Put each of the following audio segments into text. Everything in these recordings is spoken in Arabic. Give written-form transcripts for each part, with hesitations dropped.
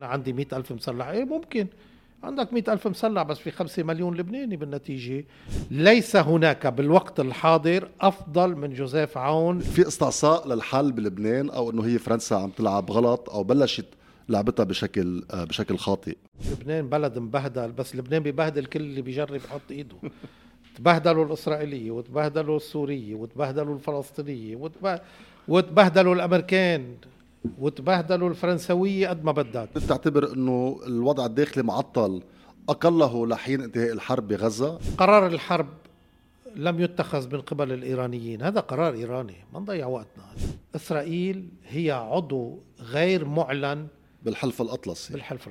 عندي 100,000 مسلح، إيه ممكن عندك 100,000 مسلح بس في 5 مليون لبناني بالنتيجة. ليس هناك بالوقت الحاضر أفضل من جوزيف عون. في استعصاء للحل بلبنان، أو أنه هي فرنسا عم تلعب غلط أو بلشت لعبتها بشكل خاطئ؟ لبنان بلد مبهدل، بس لبنان بيبهدل كل اللي بيجرب يحط ايده. تبهدلوا الإسرائيلية وتبهدلوا السورية وتبهدلوا الفلسطينية وتبهدلوا الأمريكان وتبهدلوا الفرنسوية قد ما بدك. بتعتبر أنه الوضع الداخلي معطل أقله لحين انتهاء الحرب بغزة؟ قرار الحرب لم يتخذ من قبل الإيرانيين، هذا قرار إيراني، ما نضيع وقتنا. إسرائيل هي عضو غير معلن بالحلف الأطلسي.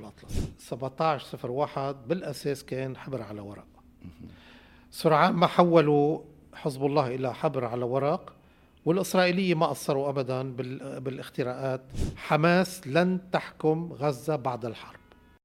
17/01 بالأساس كان حبر على ورق. سرعان ما حولوا حزب الله إلى حبر على ورق، والإسرائيلية ما قصروا أبدا بالاختراقات. حماس لن تحكم غزة بعد الحرب.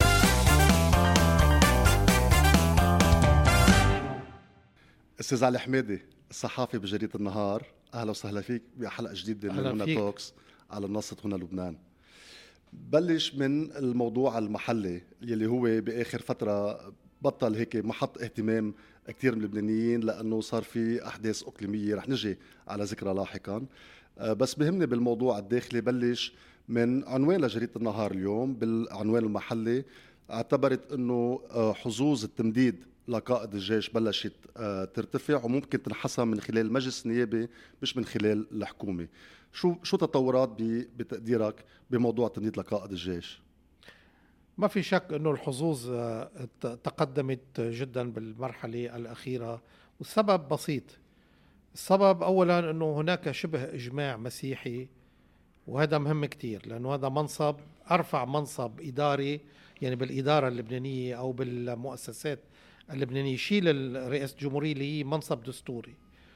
أستاذ علي حميدي، الصحافي بجريدة النهار، أهلا وسهلا فيك بحلقة جديدة من هنا توكس على منصة هنا لبنان. بلش من الموضوع المحلي يلي هو بآخر فترة بطل هيك محط اهتمام كتير من اللبنانيين، لأنه صار في أحداث إقليمية رح نجي على ذكرى لاحقا. بس بهمني بالموضوع الداخلي. بلش من عنوان لجريدة النهار اليوم بالعنوان المحلي، اعتبرت أنه حظوظ التمديد لقائد الجيش بلشت ترتفع وممكن تنحسم من خلال المجلس النيابي مش من خلال الحكومة. شو تطورات بتقديرك بموضوع تمديد لقائد الجيش؟ ما في شك أنه الحظوظ تقدمت جدا بالمرحلة الأخيرة، والسبب بسيط. السبب أولا أنه هناك شبه إجماع مسيحي، وهذا مهم كتير لأنه هذا منصب أرفع منصب إداري، يعني بالإدارة اللبنانية أو بالمؤسسات اللبنانية، يشيل رئاسة الجمهورية اللي هي منصب دستوري.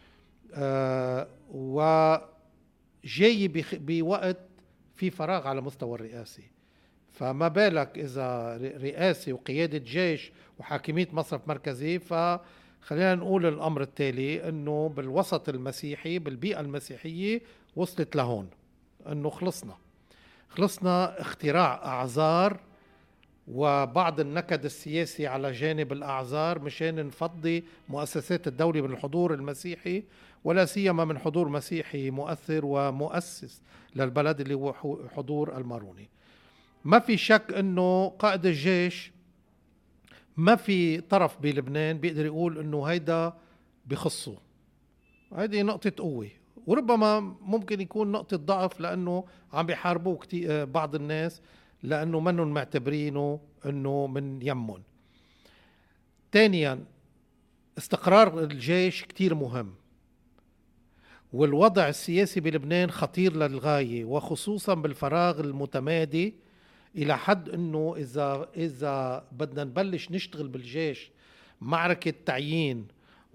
وجاي بوقت في فراغ على مستوى الرئاسي، فما بالك إذا رئاسي وقيادة جيش وحاكمية مصرف مركزي. فخلينا نقول الأمر التالي، أنه بالوسط المسيحي بالبيئة المسيحية وصلت لهون، أنه خلصنا اختراع أعذار وبعض النكد السياسي على جانب الأعذار مشان نفضي مؤسسات الدولة من الحضور المسيحي، ولا سيما من حضور مسيحي مؤثر ومؤسس للبلد اللي هو حضور الماروني. ما في شك أنه قائد الجيش ما في طرف بلبنان بيقدر يقول أنه هيدا بخصه. هيدي نقطة قوة، وربما ممكن يكون نقطة ضعف لأنه عم بيحاربوه بعض الناس لأنه منهم معتبرينه أنه من يمن. ثانيا، استقرار الجيش كتير مهم، والوضع السياسي بلبنان خطير للغاية، وخصوصا بالفراغ المتمادي، إلى حد أنه إذا بدنا نبلش نشتغل بالجيش معركة تعيين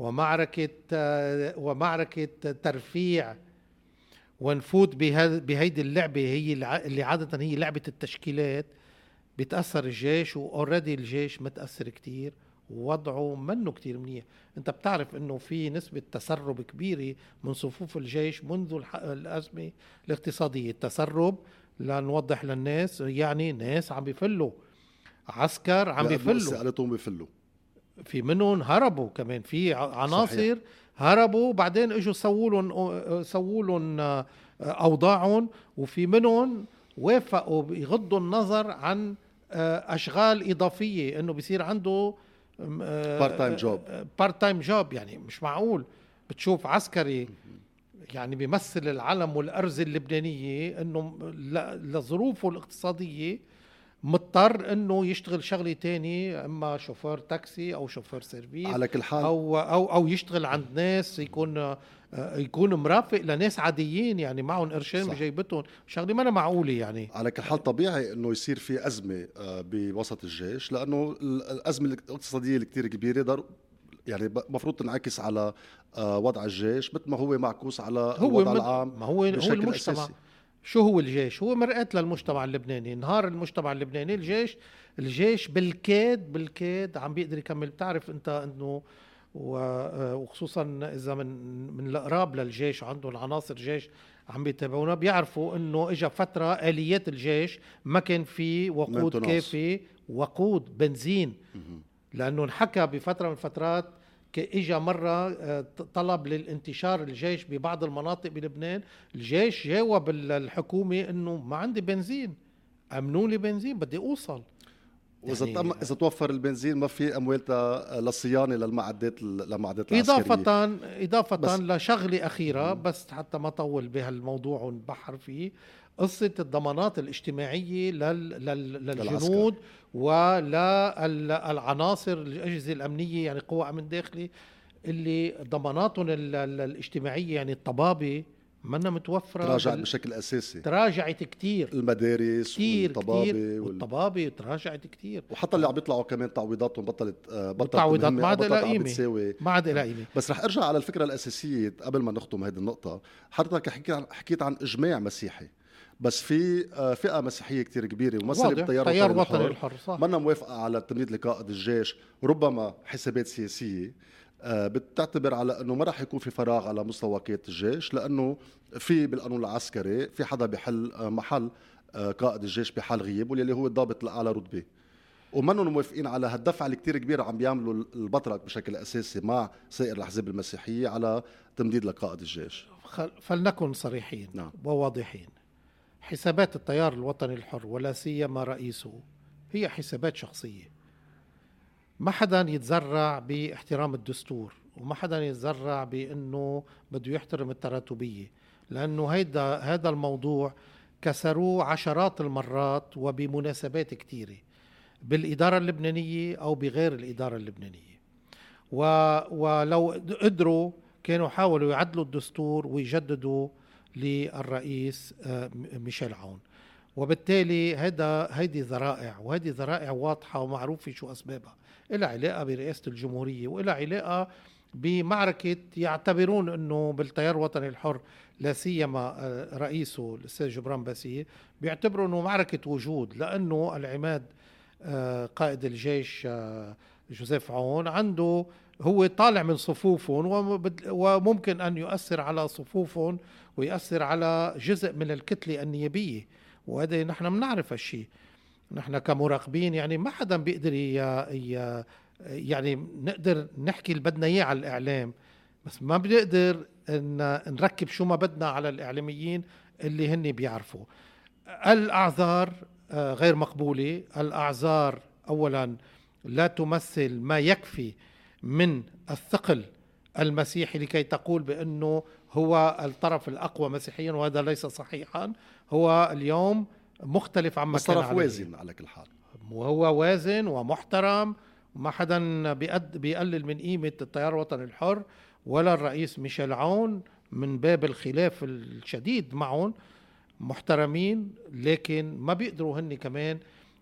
ومعركة ترفيع ونفوت بهيدي اللعبة هي اللي عادة هي لعبة التشكيلات، بتأثر الجيش. وأوريدي الجيش متأثر كتير ووضعه منه كتير منيح. انت بتعرف انه في نسبة تسرب كبيرة من صفوف الجيش منذ الأزمة الاقتصادية. التسرب لنوضح للناس يعني ناس عم بيفلوا، عسكر عم بيفلوا، في منهم هربوا كمان، في عناصر صحيح هربوا بعدين اجوا سووا لهم اوضاعهم، وفي منهم وافقوا يغضوا النظر عن اشغال اضافيه، انه بيصير عنده بارت تايم جوب. يعني مش معقول بتشوف عسكري يعني بيمثل العلم والأرز اللبنانية انه لظروفه الاقتصادية مضطر انه يشتغل شغله تاني، اما شوفير تاكسي او شوفير سيرفيس على كل حال، او يشتغل عند ناس، يكون مرافق لناس عاديين يعني معهم قرشين بجيبتهم، شغله ما معقوله. يعني على كل حال طبيعي انه يصير في ازمه بوسط الجيش، لانه الازمه الاقتصاديه الكتير كبيره يعني مفروض تنعكس على وضع الجيش مثل ما هو معكوس على الوضع العام. ما هو المجتمع أساسي. شو هو الجيش؟ هو مرآة للمجتمع اللبناني. نهار المجتمع اللبناني الجيش بالكاد عم بيقدر يكمل. بتعرف انت انه وخصوصا اذا من القراب للجيش وعندهم عناصر جيش عم بيتابعونا بيعرفوا انه اجى فترة آليات الجيش ما كان في وقود كافي، وقود بنزين. لانه انحكى بفترة من الفترات اجى مرة طلب للانتشار الجيش ببعض المناطق بلبنان، الجيش جاوب الحكومة انه ما عندي بنزين، امنوا لي بنزين بدي اوصل. واذا يعني اذا توفر البنزين ما في اموال للصيانه للمعدات العسكريه. اضافه لشغله اخيره بس حتى ما طول بهالموضوع ونبحر فيه، قصه الضمانات الاجتماعيه للجنود وللعناصر الاجهزه الامنيه، يعني قوى امن داخلي اللي ضماناتهم الاجتماعيه، يعني الطبابه منا متوفرة، تراجعت بشكل أساسي، تراجعت كتير، المدارس كتير والطبابة تراجعت كتير، وحتى اللي عم بيطلعوا كمان تعويضاتهم بطلت التعويضات ما عاد لها قيمة، ما عاد لها قيمة. بس رح ارجع على الفكرة الأساسية قبل ما نختم هذه النقطة. حضرتك حكيت عن إجماع مسيحي، بس في فئة مسيحية كتير كبيرة ممثلة بالتيار الوطني الحر منا موافقة على التمديد لقائد الجيش، ربما حسابات سياسية بتعتبر على انه ما راح يكون في فراغ على مستوى قيادة الجيش، لانه في بالقانون العسكري في حدا بحل محل قائد الجيش بحال غياب، واللي هو الضابط الاعلى رتبه، ومنهم موافقين على هالدفعه الكتير كبيره عم بيعملوا البطرك بشكل اساسي مع سائر الاحزاب المسيحيه على تمديد لقائد الجيش. فلنكن صريحين وواضحين، حسابات التيار الوطني الحر ولا سيما رئيسه هي حسابات شخصيه. ما حدا يتزرع باحترام الدستور، وما حدا يتزرع بأنه بده يحترم التراتبية، لأنه هذا الموضوع كسروه عشرات المرات وبمناسبات كتيرة بالإدارة اللبنانية أو بغير الإدارة اللبنانية. ولو قدروا كانوا حاولوا يعدلوا الدستور ويجددوا للرئيس ميشيل عون، وبالتالي هيدي ذرائع، وهيدي ذرائع واضحة ومعروفة شو أسبابها، إلها علاقة برئاسة الجمهورية، وإلها علاقة بمعركة يعتبرون أنه بالتيار الوطني الحر لا سيما رئيسه الأستاذ جبران باسيل بيعتبروا أنه معركة وجود، لأنه العماد قائد الجيش جوزيف عون عنده هو طالع من صفوفهم، وممكن أن يؤثر على صفوفهم ويؤثر على جزء من الكتلة النيابية، وهذا نحن بنعرف هالشيء. نحن كمراقبين يعني ما حدا بيقدر يعني نقدر نحكي اللي بدنا اياه على الاعلام، بس ما بنقدر نركب شو ما بدنا على الاعلاميين اللي هن بيعرفوا. الاعذار غير مقبولة. الاعذار اولا لا تمثل ما يكفي من الثقل المسيحي لكي تقول بأنه هو الطرف الأقوى مسيحيا، وهذا ليس صحيحا. هو اليوم مختلف عما كان عليه، وازن على كل حال، وهو وازن ومحترم، وما حدا بيقلل من قيمة التيار الوطني الحر ولا الرئيس ميشيل عون من باب الخلاف الشديد معهم، محترمين، لكن ما بيقدروا هني كمان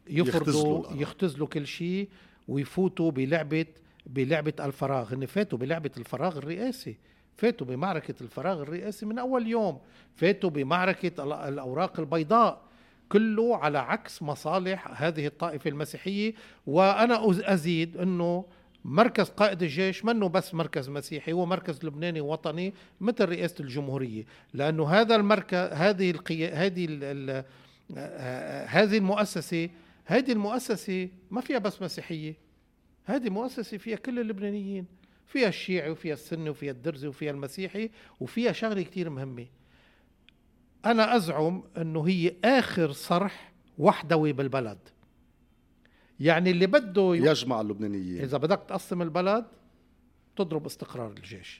يختزلوا كل شيء ويفوتوا بلعبة الفراغ. هن فاتوا بلعبة الفراغ الرئاسي، فاتوا بمعركة الفراغ الرئاسي من أول يوم، فاتوا بمعركة الأوراق البيضاء، كله على عكس مصالح هذه الطائفة المسيحية. وأنا أزيد أنه مركز قائد الجيش منه بس مركز مسيحي، هو مركز لبناني وطني مثل رئاسة الجمهورية، لأنه هذا المركز هذه المؤسسة ما فيها بس مسيحية، هذه مؤسسة فيها كل اللبنانيين، فيها الشيعي وفيها السني وفيها الدرزي وفيها المسيحي، وفيها شغلة كتير مهمة. أنا أزعم أنه هي آخر صرح وحدوي بالبلد، يعني اللي بده يجمع اللبنانيين. إذا بدك تقسم البلد تضرب استقرار الجيش.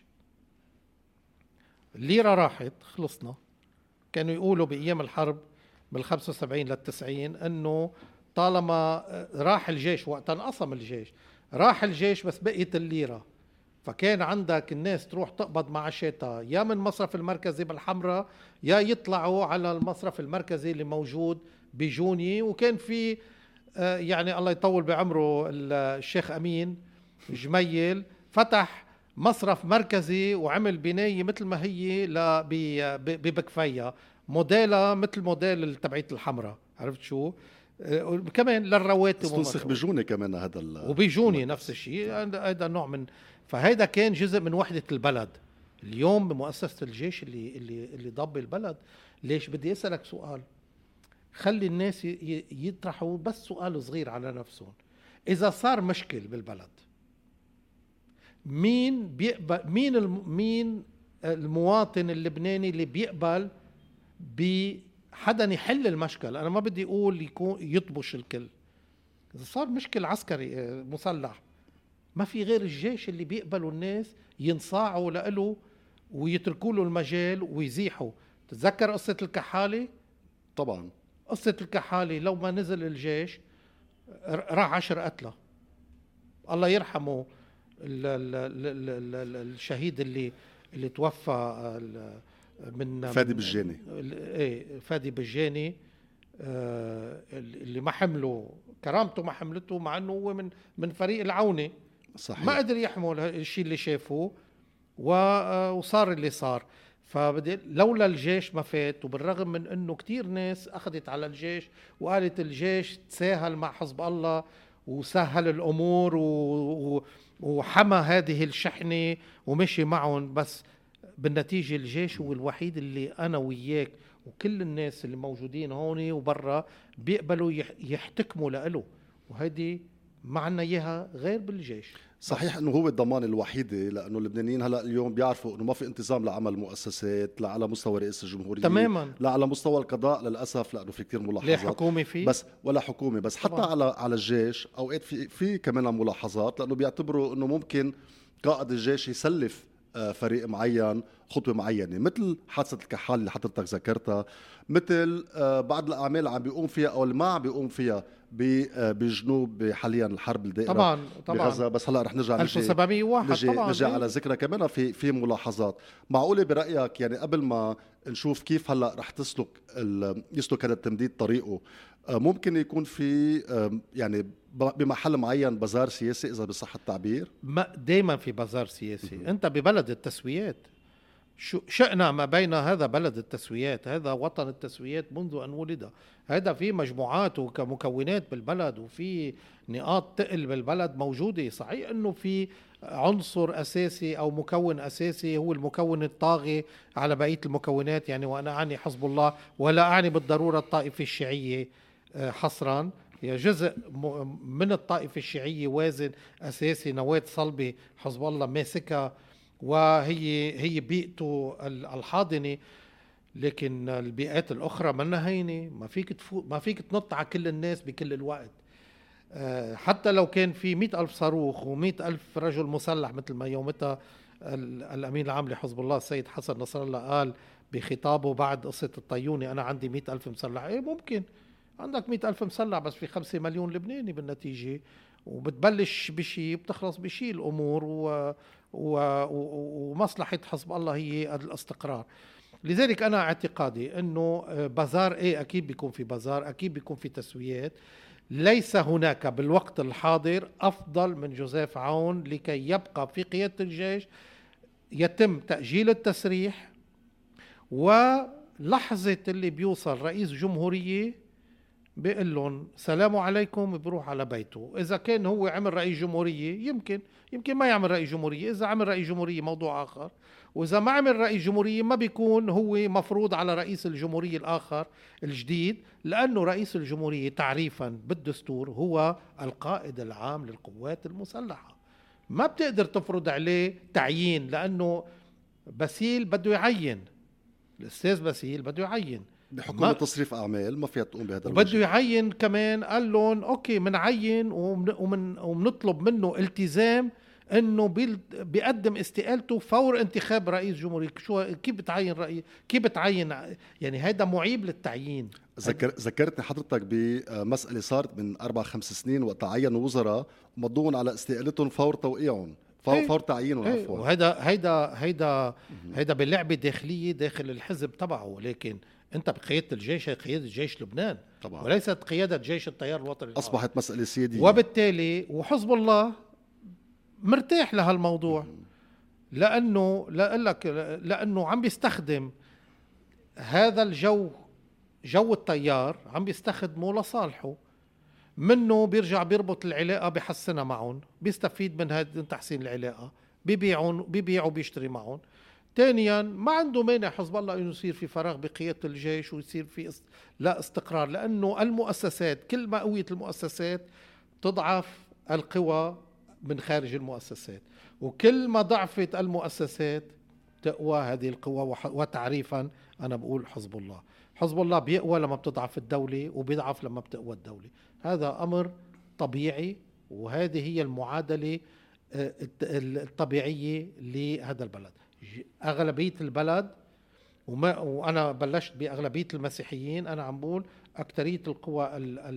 الليرة راحت، خلصنا. كانوا يقولوا بأيام الحرب بال75 لل90 أنه طالما راح الجيش، وقت انقسم الجيش راح الجيش بس بقيت الليرة، فكان عندك الناس تروح تقبض معاشاتها يا من مصرف المركزي بالحمراء يا يطلعوا على المصرف المركزي اللي موجود بجوني. وكان في يعني الله يطول بعمره الشيخ أمين جميل فتح مصرف مركزي وعمل بناية مثل ما هي ببكفية، موديلها مثل موديل تبعية الحمراء، عرفت شو؟ كمان للرواتب استنسخ بجوني كمان وبيجوني نفس الشيء، هذا نوع من، فهذا كان جزء من وحدة البلد. اليوم بمؤسسة الجيش اللي ضب البلد. ليش؟ بدي أسألك سؤال، خلي الناس يطرحوا بس سؤال صغير على نفسهم. إذا صار مشكل بالبلد، مين بيقبل؟ مين المواطن اللبناني اللي بيقبل بحدا يحل المشكلة؟ أنا ما بدي أقول يكون يطبش الكل. إذا صار مشكل عسكري مسلح، ما في غير الجيش اللي بيقبلوا الناس ينصاعوا له ويتركوا له المجال ويزيحوا. تتذكر قصة الكحالي؟ طبعا قصة الكحالي لو ما نزل الجيش راح 10 قتلى. الله يرحمه الشهيد اللي توفى من فادي بجاني. ايه فادي بجاني، اللي ما حمله كرامته، ما حملته، مع انه هو من فريق العونة. صحيح. ما قدر يحمل الشيء اللي شافه وصار اللي صار. لولا الجيش ما فات، وبالرغم من انه كتير ناس اخذت على الجيش وقالت الجيش تساهل مع حزب الله وسهل الامور وحمى هذه الشحنة ومشي معهم، بس بالنتيجة الجيش هو الوحيد اللي انا وياك وكل الناس اللي موجودين هون وبرا بيقبلوا يحتكموا له، وهذه ما عنا اياها غير بالجيش. صحيح انه هو الضمان الوحيده، لانه اللبنانيين هلا اليوم بيعرفوا انه ما في انتظام لعمل المؤسسات، لا على مستوى رئاسه الجمهوريه تماما، لا على مستوى القضاء للاسف، لانه في كثير ملاحظات. لا حكومي فيه بس ولا حكومي، بس حتى طبعا. على الجيش اوقات في كمان ملاحظات، لانه بيعتبروا انه ممكن قائد الجيش يسلف فريق معين خطوه معينه، مثل حادثه الكحال اللي حضرتك ذكرتها، مثل بعض الاعمال اللي عم بيقوم فيها او اللي ما عم بيقوم فيها بجنوب حاليا الحرب الدائره طبعا بغزه. بس هلا رح نرجع 1701 طبعا نجي على ذكرها كمان. في ملاحظات معقوله برايك يعني قبل ما نشوف كيف هلا رح يسلك هذا التمديد طريقه، ممكن يكون في يعني بمحل معين بازار سياسي اذا بصح التعبير؟ دائما في بازار سياسي. انت ببلد التسويات، شئنا ما بين، هذا بلد التسويات، هذا وطن التسويات منذ أن ولد. هذا في مجموعات وكمكونات بالبلد، وفي نقاط تقل بالبلد موجودة. صحيح أنه في عنصر أساسي أو مكون أساسي هو المكون الطاغي على بقية المكونات، يعني وأنا أعني حزب الله ولا أعني بالضرورة الطائفة الشيعية حصرا، هي جزء من الطائفة الشيعية، وازن أساسي، نواة صلبة حزب الله ماسكها، وهي بيئته الحاضنة. لكن البيئات الأخرى منا هينة، ما فيك تنط على كل الناس بكل الوقت. حتى لو كان في 100,000 صاروخ و100,000 رجل مسلح، مثل ما يومتها الأمين العام لحزب الله السيد حسن نصر الله قال بخطابه بعد قصة الطيوني: أنا عندي 100,000 مسلح. إيه ممكن عندك 100,000 مسلح، بس في 5 مليون لبناني بالنتيجة، وبتبلش بشي بتخلص بشي الأمور، ومصلحة حزب الله هي الاستقرار. لذلك أنا اعتقادي أنه بازار أكيد بيكون في بازار، أكيد بيكون في تسويات. ليس هناك بالوقت الحاضر أفضل من جوزيف عون لكي يبقى في قيادة الجيش. يتم تأجيل التسريح، ولحظة اللي بيوصل رئيس جمهورية بيقول لهم سلام عليكم، بيروح على بيته. إذا كان هو عمل رئيس جمهورية يمكن ما يعمل رئيس جمهورية، إذا عمل رئيس جمهورية موضوع آخر، وإذا ما عمل رئيس جمهورية ما بيكون هو مفروض على رئيس الجمهورية الآخر الجديد، لأنه رئيس الجمهورية تعريفا بالدستور هو القائد العام للقوات المسلحة. ما بتقدر تفرض عليه تعيين، لأنه باسيل بده يعين، الأستاذ باسيل بده يعين بحكومة تصريف أعمال ما فيها تقوم بهذا الوجه. بده يعين كمان، قال لهم أوكي منعين ومنطلب منه التزام أنه بيقدم استقالته فور انتخاب رئيس جمهورية. كيف بتعين رئيس؟ كيف بتعين؟ يعني هذا معيب للتعيين. ذكرتني حضرتك بمسألة صارت من 4-5 سنين، وقت عينوا وزراء ومضون على استقالتهم فور توقيعهم، فور تعيينهم عفوا. وهيدا باللعبة داخلية داخل الحزب تبعه، لكن انت بقيادة الجيش هي قيادة جيش لبنان طبعا، وليست قيادة جيش التيار الوطني. اصبحت مسألة سيادية، وبالتالي وحزب الله مرتاح لهالموضوع، لانه عم بيستخدم هذا جو التيار، عم بيستخدمه لصالحه. منه بيرجع بيربط العلاقة، بيحسنها معهم، بيستفيد من هذا تحسين العلاقة، بيبيع وبيشتري معهم. ثانيا ما عنده مانع حزب الله انه يصير في فراغ بقيادة الجيش ويصير في لا استقرار، لانه المؤسسات كل ما قويت المؤسسات تضعف القوى من خارج المؤسسات، وكل ما ضعفت المؤسسات تقوى هذه القوى. وتعريفا أنا بقول حزب الله بيقوى لما بتضعف الدولة وبيضعف لما بتقوى الدولة. هذا أمر طبيعي، وهذه هي المعادلة الطبيعية لهذا البلد. أغلبية البلد، وأنا بلشت بأغلبية المسيحيين، أنا عم بقول أكترية القوى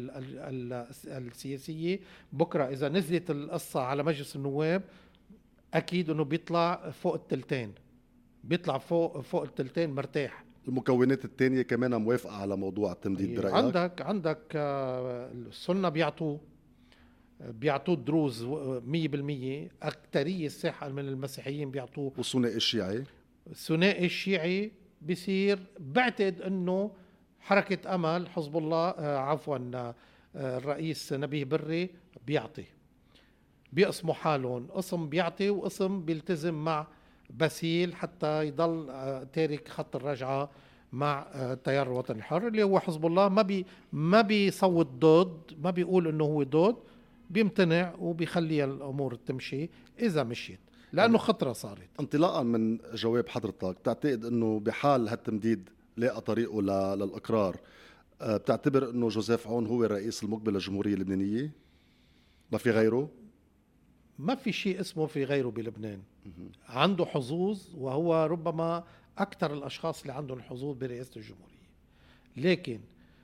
السياسية بكرة إذا نزلت القصة على مجلس النواب أكيد أنه بيطلع فوق التلتين، بيطلع فوق التلتين مرتاح. المكونات الثانية كمان موافقة على موضوع التمديد برأيك؟ عندك السنة بيعطوا الدروز 100%، أكترية الساحة من المسيحيين بيعطوه. والثنائي الشيعي؟ الثنائي الشيعي بيصير بعتقد أنه حركة أمل حزب الله الرئيس نبيه بري بيقسموا حالهم، قسم بيعطي وقسم بيلتزم مع بسيل حتى يضل تارك خط الرجعة مع تيار الوطن الحر اللي هو حزب الله. ما بيصوت ضد، ما بيقول انه هو ضد، بيمتنع وبيخلي الامور تمشي اذا مشيت، لانه خطرة صارت. انطلاقا من جواب حضرتك، تعتقد انه بحال هالتمديد لاقى طريقه للاقرار، بتعتبر انه جوزيف عون هو الرئيس المقبل للجمهورية اللبنانية؟ ما في غيره؟ ما في شيء اسمه في غيره بلبنان. عنده حظوظ، وهو ربما أكثر الأشخاص اللي عندهم حظوظ برئاسة الجمهورية. لكن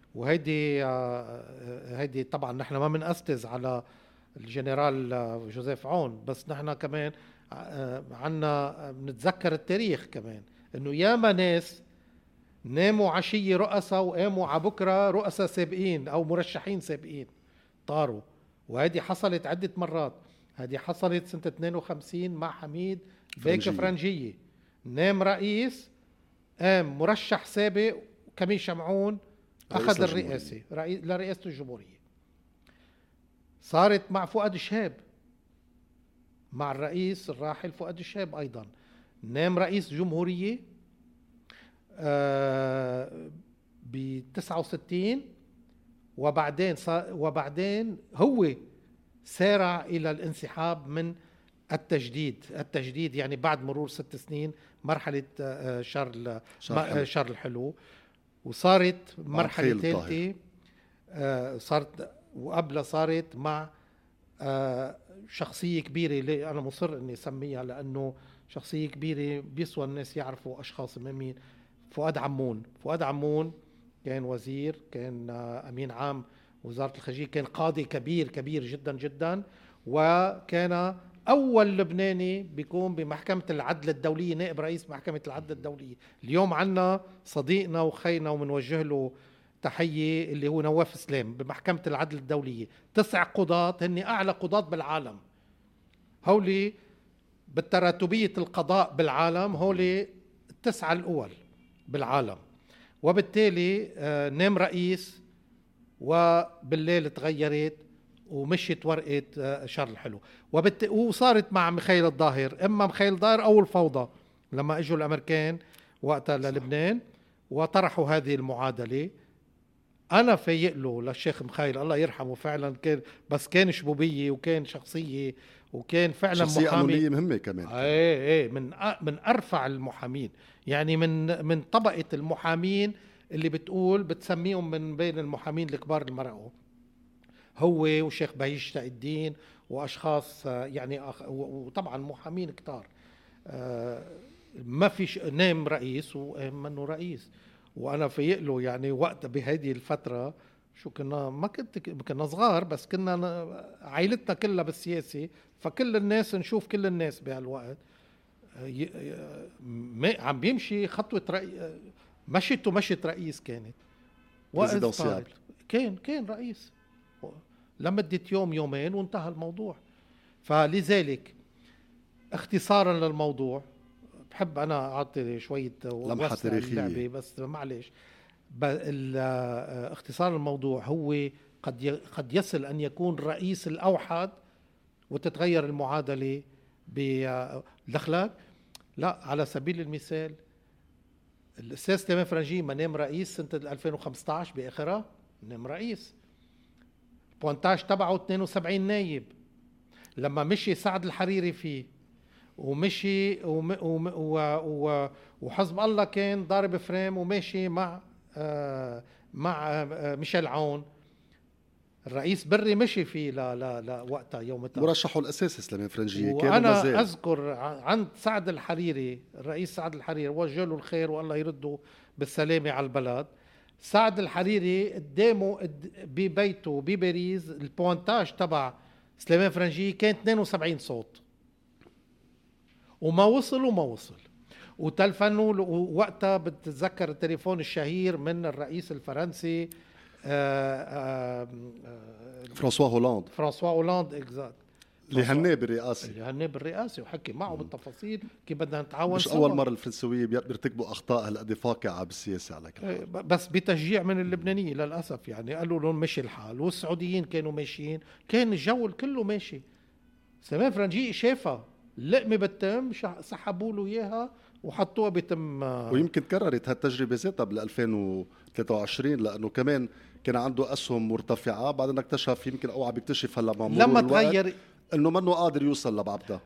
هيدي طبعا نحن ما بنأستز على الجنرال جوزيف عون، بس نحن كمان عنا بنتذكر التاريخ كمان، إنه ياما ناس ناموا عشية رؤساء وقاموا على بكرة رؤساء سابقين أو مرشحين سابقين طاروا. وهذه حصلت عدة مرات. هذه حصلت سنة 52 مع حميد بيك فرنجية، نام رئيس قام مرشح سابق كمين شمعون أخذ الرئاسة لرئاسة الجمهورية. صارت مع فؤاد الشهاب، مع الرئيس الراحل فؤاد الشهاب أيضا، نام رئيس جمهورية ب 69، وبعدين هو سارع إلى الانسحاب من التجديد يعني بعد مرور 6 سنين مرحلة شر الحلو، وصارت مرحلة ثالثة صارت وقبلها صارت مع شخصية كبيرة اللي أنا مصر أني أسميها لأنه شخصية كبيرة بيسوى الناس يعرفوا أشخاص مين. فؤاد عمون كان وزير، كان أمين عام وزارة الخارجية، كان قاضي كبير جدا جدا، وكان أول لبناني بيكون بمحكمة العدل الدولية، نائب رئيس محكمة العدل الدولية. اليوم عنا صديقنا وخينا ومنوجه له تحية اللي هو نواف سلام بمحكمة العدل الدولية. 9 قضاة هن أعلى قضاة بالعالم، هولي بالتراتبية القضاء بالعالم هولي 9 الأول بالعالم. وبالتالي نام رئيس وبالليل تغيرت ومشيت ورقة شر الحلو، وصارت مع مخيل الظاهر، إما مخيل الظاهر أو الفوضى لما اجوا الأمريكان وقتها للبنان وطرحوا هذه المعادلة. أنا فايق له للشيخ مخيل الله يرحمه، فعلا كان شبوبية وكان شخصية وكان فعلا شخصية محامي، قانونية مهمة كمان. من أرفع المحامين، يعني من طبقة المحامين اللي بتسميهم من بين المحامين الكبار المرقوا، هو وشيخ بهيش تاق الدين وأشخاص يعني وطبعا محامين كتار. ما فيش نام رئيس ومنه رئيس. وأنا فايق له يعني وقت بهذه الفترة شو كنا صغار، بس كنا عائلتنا كلها بالسياسة، فكل الناس نشوف كل الناس بهالوقت عم بيمشي خطوة مشت رئيس. كانت كان رئيس لمدة يومين وانتهى الموضوع. فلذلك اختصارا للموضوع، بحب أنا أعطي شوية لمحة تاريخية بس معلش، اختصار الموضوع هو قد يصل أن يكون رئيس الأوحد وتتغير المعادلة بدخلك. لا، على سبيل المثال الأستاذ سليمان فرنجي ما نام رئيس سنة 2015 بآخرها، نام رئيس، البوانتاج تبعه 72 نايب. لما مشي سعد الحريري فيه ومشي وحزب الله كان ضارب فريم وماشي مع ميشيل عون، الرئيس بري مشي فيه لا وقتها يوم مرشحه الاساسي سليمان فرنجي كان وانا اذكر عند سعد الحريري، الرئيس سعد الحريري وجه له الخير والله يرده بالسلامه على البلد. سعد الحريري قدامه ببيته بباريس البوانتاج تبع سليمان فرنجي كان 72 صوت، وما وصل وتلفنوا وقتها. بتتذكر التليفون الشهير من الرئيس الفرنسي فرانسوا هولاند اكزاكت، اللي هناه بالرئاسه وحكي معه بالتفاصيل كيف بدنا نتعاون. مش اول مره الفرنسويه بيرتكبوا اخطاء هالقد فاقعه بالسياسه على كل بس بتشجيع من اللبنانيين للاسف، يعني قالوا لهم مشي الحال، والسعوديين كانوا ماشيين، كان الجو كله ماشي. سليمان فرنجي شافها لقمه بالتم، سحبوا له اياها وحطوها بتم. ويمكن تكررت هالتجربه ذاتها بال 2023 لانه كمان كان عنده اسهم مرتفعه، بعدين اكتشف يمكن او عم بيكتشف هلا مع مرور لما تغير انه منه قادر يوصل لبعبده.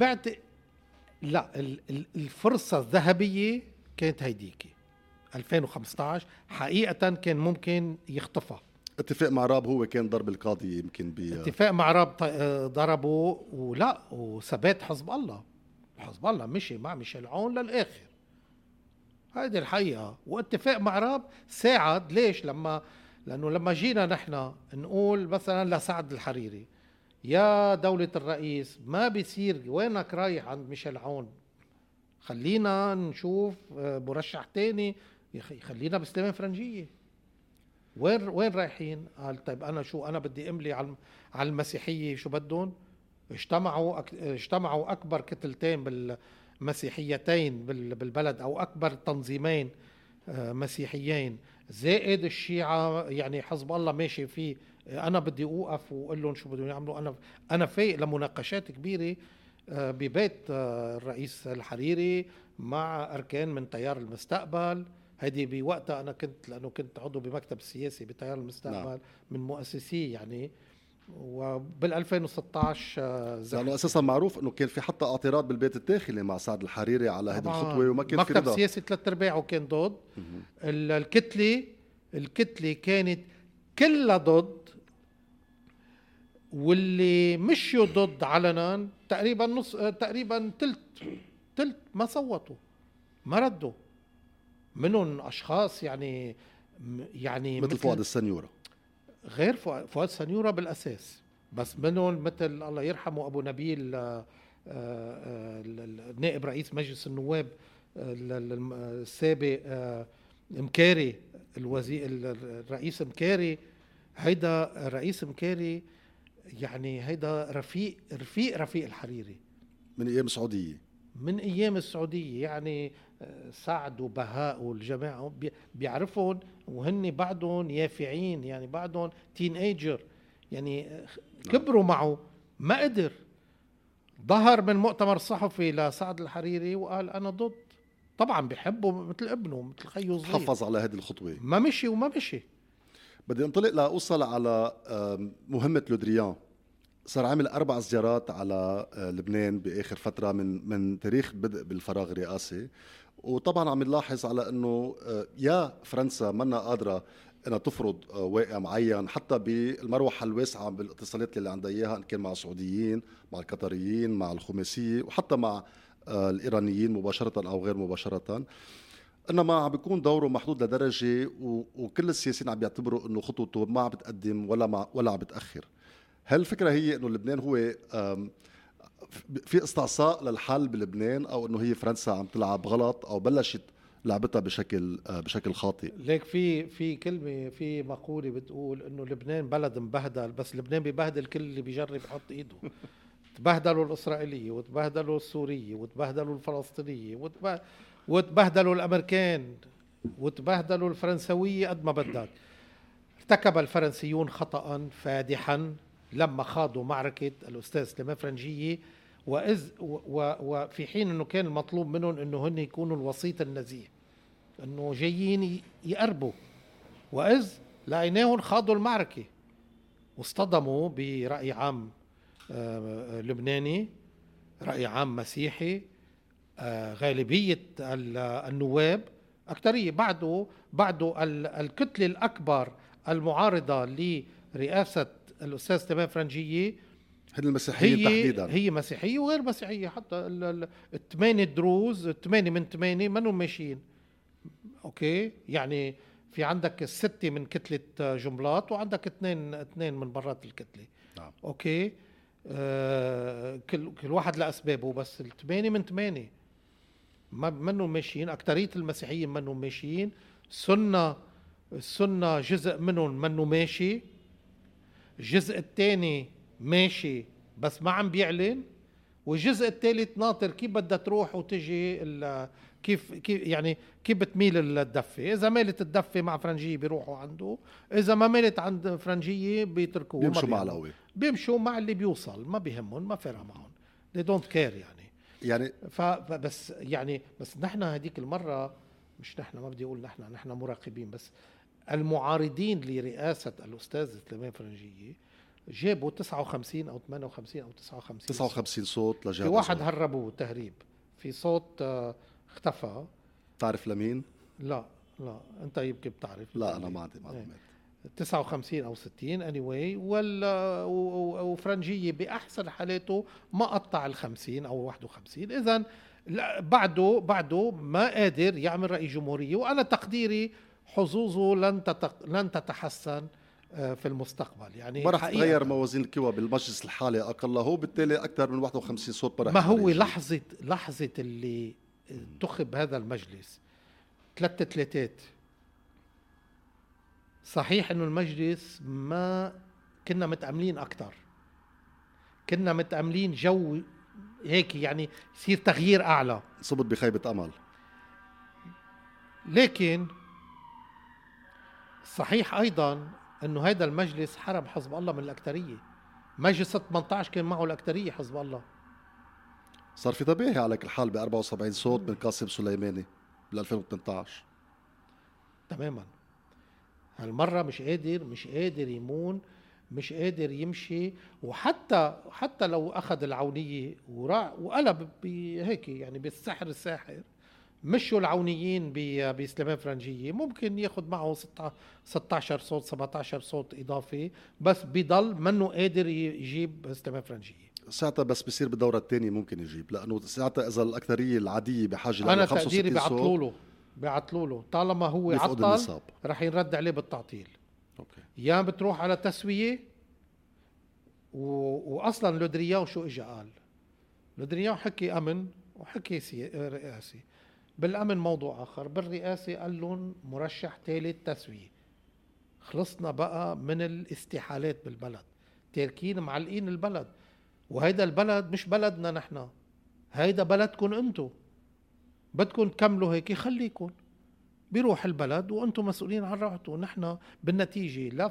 لا الفرصه الذهبيه كانت هيديكي 2015 حقيقه، كان ممكن يخطفها. اتفاق مع راب هو كان ضرب القاضي يمكن اتفاق مع راب ضربه، ولا وثبات حزب الله مشي مع ميشيل عون للآخر، هذه الحقيقة. واتفاق مع راب ساعد. ليش؟ لأنه لما جينا نحن نقول مثلا لسعد الحريري يا دولة الرئيس ما بيصير وينك رايح عند ميشيل عون، خلينا نشوف مرشح تاني، خلينا بسليمان فرنجية. وين رايحين؟ قال طيب أنا بدي أملي على المسيحية شو بدون. اجتمعوا أكبر كتلتين بالمسيحيتين بالبلد، أو أكبر تنظيمين مسيحيين، زائد الشيعة. يعني حزب الله ماشي فيه. أنا بدي أوقف وأقول لهم شو بدهم يعملوا. أنا فايق لمناقشات كبيرة ببيت الرئيس الحريري مع أركان من تيار المستقبل. هذه بوقتها أنا لأنه كنت عضو بمكتب السياسي بتيار المستقبل من مؤسسيه يعني. وبال 2016 لأنه أساسا معروف أنه كان في حتى اعتراض بالبيت الداخلي مع سعد الحريري على هذه الخطوة، وما كان في رضا. مكتب السياسي 3/4 كان ضد. الكتلة كانت كلها ضد، واللي مشوا ضد علنا تقريبا تلت ما صوتوا، ما ردوا. منهم أشخاص يعني مثل فؤاد السنيورة، غير فؤاد السنيورة بالأساس، بس منهم مثل الله يرحمه أبو نبيل نائب رئيس مجلس النواب السابق، مكاري الرئيس مكاري. هيدا الرئيس مكاري يعني هيدا رفيق الحريري من أيام السعودية يعني سعد وبهاء والجماعة بيعرفون، وهن بعدهم يافعين، يعني بعدهم تين ايجر، يعني كبروا معه. ما قدر، ظهر من مؤتمر صحفي لسعد الحريري وقال أنا ضد. طبعا بيحبه مثل ابنه مثل خيه صغير، حفظ على هذه الخطوة، ما مشي. بدي انطلق لأوصل على مهمة لودريان. صار عامل 4 زيارات على لبنان بآخر فترة من تاريخ بدء بالفراغ الرئاسي. وطبعا عم نلاحظ على أنه يا فرنسا منا قادرة أنها تفرض واقع معين، حتى بالمروحة الواسعة بالاتصالات اللي عندها إياها، إن كان مع السعوديين، مع القطريين، مع الخماسية، وحتى مع الإيرانيين مباشرة أو غير مباشرة. إنما عم بيكون دوره محدود لدرجة، وكل السياسيين عم بيعتبروا أنه خطوته ما عم بتقدم ولا عم بتأخر. هل الفكرة هي أنه لبنان هو في استعصاء للحل بلبنان، أو أنه هي فرنسا عم تلعب غلط أو بلشت لعبتها بشكل خاطئ؟ ليك في كلمة، في مقولة بتقول أنه لبنان بلد مبهدل، بس لبنان بيبهدل كل اللي بيجرب يحط إيده. تبهدلوا الإسرائيلية، وتبهدلوا السورية، وتبهدلوا الفلسطينية، وتبهدلوا الأمريكان، وتبهدلوا الفرنسوية قد ما بدك. ارتكب الفرنسيون خطأ فادحا لما خاضوا معركة الأستاذ سليمان فرنجية وفي حين انه كان المطلوب منهم انه هن يكونوا الوسيط النزيه، انه جايين يقربوا، واذ لقيناهم خاضوا المعركه واصطدموا برأي عام لبناني، رأي عام مسيحي، غالبية النواب أكترية بعده الكتلة الأكبر المعارضة لرئاسة الأستاذ تمام فرنجية هن المسيحيين تحديدا، هي مسيحية وغير مسيحية، حتى الثمانية دروز، 8 من 8 منهم ماشيين. أوكي، يعني في عندك 6 من كتلة جملات وعندك 2 من برات الكتلة. نعم. أوكي، كل واحد لأسبابه، بس 8 من 8 ما منهم ماشيين. أكترية المسيحيين منهم ماشيين، السنة جزء منهم منه ماشي، الجزء الثاني ماشي بس ما عم بيعلن، والجزء الثالث ناطر كيف بدها تروح وتجي كيف يعني كيف بتميل الدفة. إذا مالت الدفة مع فرنجية بيروحوا عنده، إذا ما مالت عند فرنجية بيتركوه، بيمشوا مع القوي، بيمشوا مع اللي بيوصل، ما بيهمهم، ما فارق معهم، they don't care يعني فبس يعني بس نحن هديك المرة، مش نحن، ما بدي أقول نحن مراقبين، بس المعارضين لرئاسة الأستاذ سليمان فرنجية جابوا 59 أو 58 أو 59 صوت لجابوا. في واحد هربوه تهريب، في صوت اختفى. تعرف لمين؟ لا أنت يمكن بتعرف. لا أنا ما عندي معلومات. 59 أو 60 anyway. وفرنجية بأحسن حالاته ما قطع 50 أو 51. إذن بعده ما قادر يعمل رئيس جمهورية، وأنا تقديري حظوظه لن تتحسن في المستقبل. يعني ما رح تغير موازين القوى بالمجلس الحالي أقل، هو بالتالي أكثر من 51 صوت. ما هو لحظة اللي انتخب هذا المجلس 3 تلاتات. صحيح انه المجلس ما كنا متأملين اكتر، كنا متأملين جو هيك يعني يصير تغيير اعلى، صبت بخيبة امل. لكن صحيح ايضا انه هذا المجلس حرم حزب الله من الاكترية. مجلس 18 كان معه الاكترية حزب الله. صار في طبيعي على كل حال ب 74 صوت من قاسم سليماني بال 2018 تماما. هالمرة مش قادر يمون، مش قادر يمشي. وحتى لو أخذ العونية وقلب بهيك يعني بالسحر الساحر، مشوا العونيين بسليمان فرنجية، ممكن ياخد معه 16 صوت 17 صوت إضافي، بس بيضل منه قادر يجيب سليمان فرنجية. ساعتها بس بيصير بالدورة الثانية ممكن يجيب، لأنه ساعتها إذا الأكثرية العادية بحاجة ل 65 صوت بيعطلوا له طالما هو عطل رح ينرد عليه بالتعطيل. أوكي. يا بتروح على تسوية. وأصلا لودرياو شو إجا قال؟ لودرياو حكي أمن وحكي رئاسي. بالأمن موضوع آخر، بالرئاسي قال لهم مرشح ثالث تسوية. خلصنا بقى من الاستحالات بالبلد، تاركين معلقين البلد، وهيدا البلد مش بلدنا نحن، هيدا بلدكم انتو، بدكم تكملوا هيك خليكم. بيروح البلد وانتم مسؤولين عن راحته. نحن بالنتيجة لا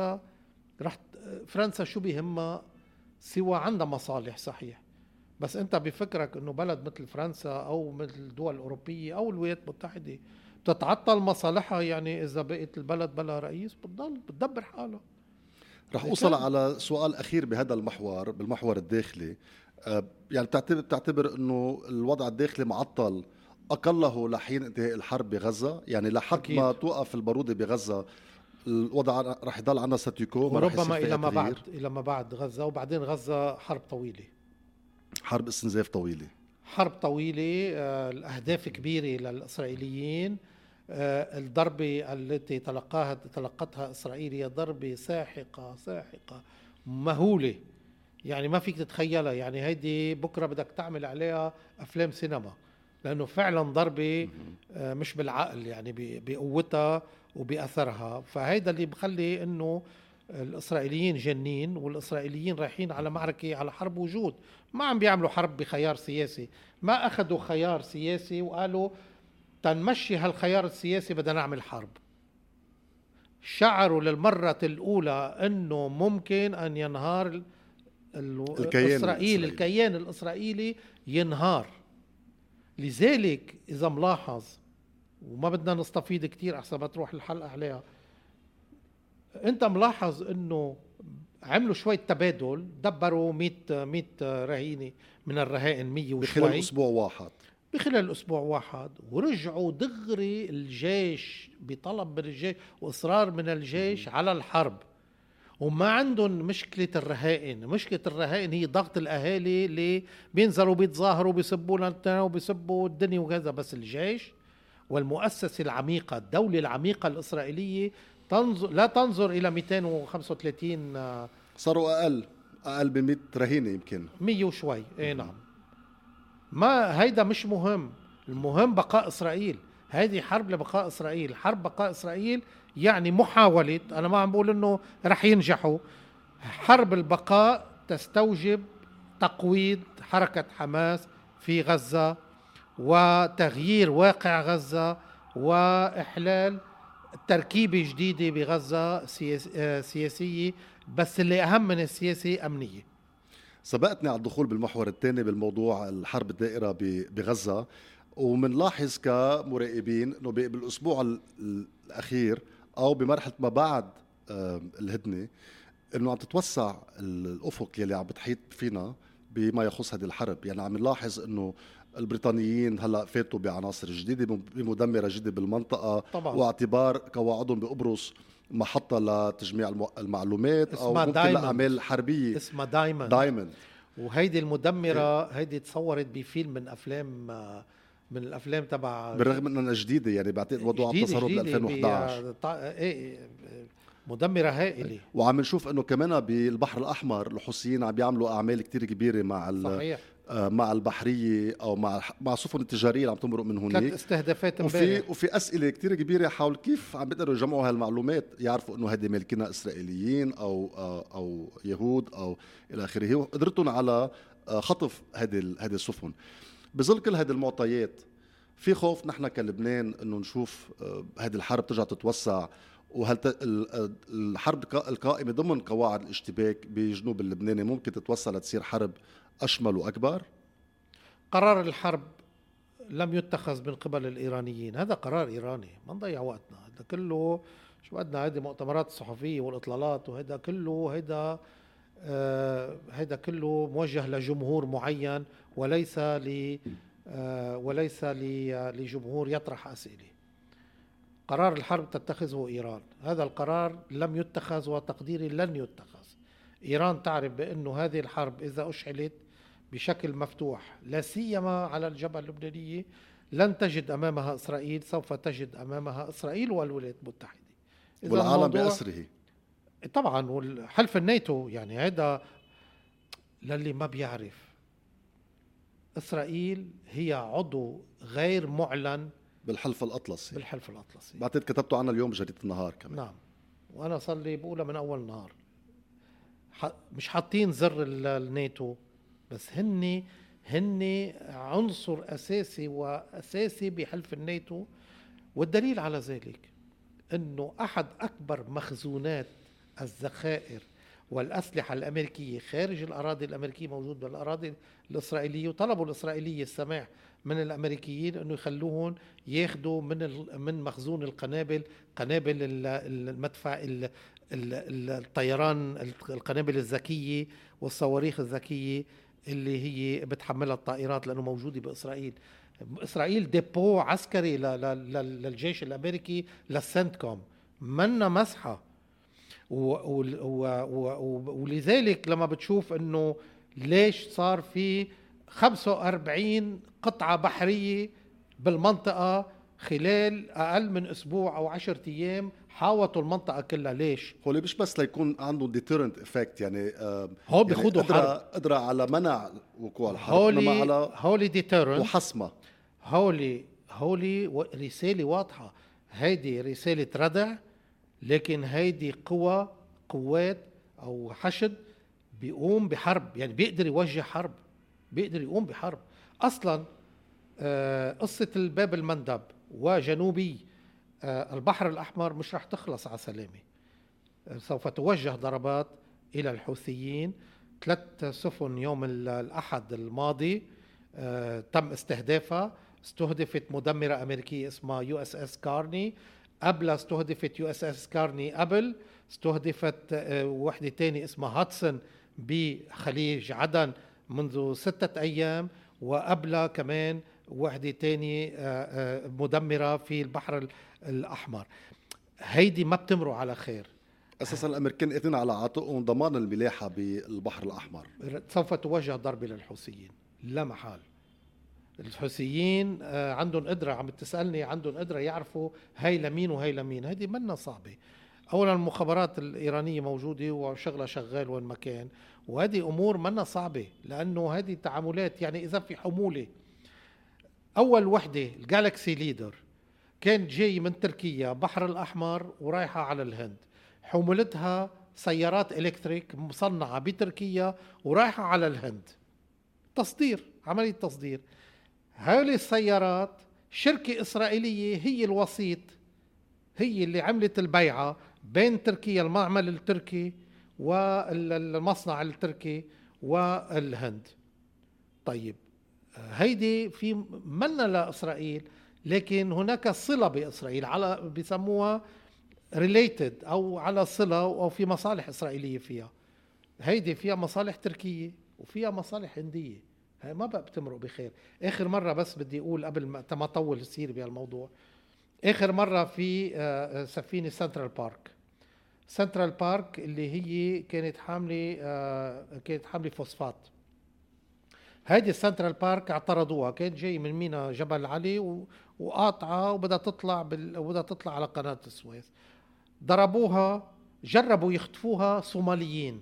فرنسا شو بيهمها سوى عندها مصالح صحيح، بس انت بفكرك انه بلد مثل فرنسا او مثل الدول الاوروبية او الولايات المتحدة بتتعطل مصالحها؟ يعني اذا بقيت البلد بلا رئيس بتدبر حالها. رح اوصل على سؤال اخير بهذا المحور، بالمحور الداخلي. يعني بتعتبر انه الوضع الداخلي معطل أقله لحين انتهاء الحرب بغزة؟ يعني لحد أكيد. ما توقف البارودة بغزة الوضع رح يضل عنا ستيكو، وربما إلى ما بعد غزة. وبعدين غزة حرب طويلة، حرب استنزاف طويلة، حرب طويلة. الأهداف كبيرة للإسرائيليين. الضربة التي تلقتها إسرائيل هي ضربة ساحقة مهولة، يعني ما فيك تتخيلها. يعني هيدي بكرة بدك تعمل عليها أفلام سينما، لأنه فعلا ضربة مش بالعقل، يعني بقوتها وبأثرها. فهيدا اللي بخلي إنه الإسرائيليين جنين، والإسرائيليين رايحين على معركة، على حرب وجود. ما عم بيعملوا حرب بخيار سياسي، ما أخذوا خيار سياسي وقالوا تنمشي هالخيار السياسي بدنا نعمل حرب. شعروا للمرة الأولى إنه ممكن أن ينهار الكيان الإسرائيلي ينهار. لذلك إذا ملاحظ، وما بدنا نستفيد كتير أحسن ما تروح الحلقة عليها، أنت ملاحظ أنه عملوا شوية تبادل، دبروا 100 رهينة من الرهائن، 100 وشوي بخلال أسبوع واحد، ورجعوا دغري الجيش بطلب من الجيش وإصرار من الجيش على الحرب. وما عندهم مشكلة الرهائن. مشكلة الرهائن هي ضغط الأهالي اللي بينزلوا بيتظاهروا بيسبوا لنا وبيسبوا الدنيا وكذا. بس الجيش والمؤسسة العميقة، الدولة العميقة الإسرائيلية لا تنظر إلى 235، صاروا أقل ب 100 رهينة، يمكن 100 وشوي. نعم، ما هيدا مش مهم. المهم بقاء إسرائيل. هذه حرب لبقاء إسرائيل. حرب بقاء إسرائيل يعني محاولة، أنا ما عم بقول إنه رح ينجحوا. حرب البقاء تستوجب تقويض حركة حماس في غزة، وتغيير واقع غزة، وإحلال تركيبة جديدة بغزة سياسية، بس اللي أهم من السياسة أمنية. سبقتني على الدخول بالمحور الثاني بالموضوع الحرب الدائرة بغزة، ومنلاحظ كمراقبين أنه بالأسبوع الأخير أو بمرحلة ما بعد الهدنة أنه عم تتوسع الأفق يلي عم بتحيط فينا بما يخص هذه الحرب. يعني عم نلاحظ أنه البريطانيين هلأ فاتوا بعناصر جديدة بمدمرة جديدة بالمنطقة طبعا. واعتبار قواعدهم بقبرص محطة لتجميع المعلومات أو ممكن لأعمال حربية اسمها دايموند. وهيدي المدمرة هيدي تصورت بفيلم من الأفلام تبع، بالرغم أنها جديدة، يعني بعتقد وضعها تصورت ب 2011. مدمرة هائلة. وعم نشوف أنه كمان بالبحر الأحمر الحوثيين عم بيعملوا أعمال كتير كبيرة مع البحرية أو مع السفن التجارية اللي عم تمرق من هناك. 3 استهدافات وفي أسئلة كتير كبيرة حول كيف عم بيقدروا يجمعوا هالمعلومات، يعرفوا أنه هذه ملكنا إسرائيليين أو يهود أو إلى آخره، وقدرتهم على خطف هذه السفن. بظل كل هذه المعطيات، في خوف نحن كلبنان أنه نشوف هذه الحرب ترجع تتوسع، وهل الحرب القائمة ضمن قواعد الاشتباك بجنوب اللبناني ممكن تتوسع لتصير حرب أشمل وأكبر؟ قرار الحرب لم يتخذ من قبل الإيرانيين، هذا قرار إيراني، ما نضيع وقتنا. هذا كله شو بدنا، هذه مؤتمرات الصحفية والإطلالات، وهذا كله هذا كله موجه لجمهور معين، وليس لجمهور يطرح أسئلة. قرار الحرب تتخذه إيران، هذا القرار لم يتخذ وتقديري لن يتخذ. إيران تعرف بأنه هذه الحرب إذا أشعلت بشكل مفتوح، لا سيما على الجبهة اللبنانية، لن تجد أمامها إسرائيل، سوف تجد أمامها إسرائيل والولايات المتحدة والعالم بأسره طبعا، والحلف الناتو. يعني هذا للي ما بيعرف، إسرائيل هي عضو غير معلن بالحلف الأطلسي. بعتقد كتبتوا عنها اليوم بجريدة النهار كمان. نعم، وأنا صار لي بقولها من أول نهار. مش حاطين زر الناتو، بس هن عنصر أساسي بحلف الناتو. والدليل على ذلك أنه أحد أكبر مخزونات الذخائر والأسلحة الأمريكية خارج الأراضي الأمريكية موجود بالأراضي الإسرائيلية، وطلبوا الإسرائيلية السماح من الأمريكيين أنه يخلوهم ياخدوا من مخزون قنابل المدفع الطيران، القنابل الذكية والصواريخ الذكية اللي هي بتحملها الطائرات، لأنه موجودة بإسرائيل. إسرائيل ديبو عسكري للجيش الأمريكي للسنتكوم، منا مسحة. ولذلك لما بتشوف انه ليش صار في 45 قطعة بحرية بالمنطقة خلال اقل من اسبوع او 10 ايام، حاوطوا المنطقة كلها. ليش؟ هو مش بس ليكون عنده deterrent effect، يعني هو بيخوضوا قدرة على منع وقوع الحرب، هولي deterrent وحسمة. هولي رسالة واضحة. هيدي رسالة ردع، لكن هيدي قوات أو حشد بيقوم بحرب، يعني بيقدر يوجه حرب، بيقدر يقوم بحرب. أصلا قصة الباب المندب وجنوبي البحر الأحمر مش رح تخلص على سلامة. سوف توجه ضربات إلى الحوثيين 3 سفن يوم الأحد الماضي تم استهدافها. استهدفت مدمرة أمريكية اسمها USS كارني، قبلها استهدفت USS كارني، قبل استهدفت وحدة تاني اسمها هاتسون بخليج عدن منذ 6 أيام، وقبلها كمان وحدة تاني مدمرة في البحر الأحمر. هيدي ما بتمروا على خير. اساسا الامريكان اثنين على عاتقهم ضمان الملاحه بالبحر الاحمر. سوف توجه ضربه للحوثيين لا محال. الحوثيين عندهم قدره، عم تسالني عندهم قدره يعرفوا هاي لمين وهي لمين. هذه منا صعبه. اولا المخابرات الايرانيه موجوده وشغله شغال وين ما كان، وهذه امور منا صعبه لانه هذه تعاملات. يعني اذا في حموله، اول وحده الجالكسي ليدر كانت جاي من تركيا بحر الأحمر ورايحة على الهند، حمولتها سيارات إلكتريك مصنعة بتركيا ورايحة على الهند، تصدير، عملية تصدير. هؤلاء السيارات شركة إسرائيلية هي الوسيط، هي اللي عملت البيعة بين تركيا المعمل التركي والمصنع التركي والهند. طيب هيدي في منا لإسرائيل، لكن هناك صلة بإسرائيل، على بيسموها related أو على صلة أو في مصالح إسرائيلية فيها. هيدي فيها مصالح تركية وفيها مصالح هندية. هاي ما بقى بتمرق بخير. آخر مرة بس بدي أقول قبل ما أطول السير بهالموضوع، آخر مرة في سفينة سنترال بارك اللي هي كانت حاملة فوسفات. هيدي السنترال بارك اعترضوها، كانت جاي من مينا جبل علي وقاطعة وبدها تطلع على قناة السويس. ضربوها، جربوا يخطفوها صوماليين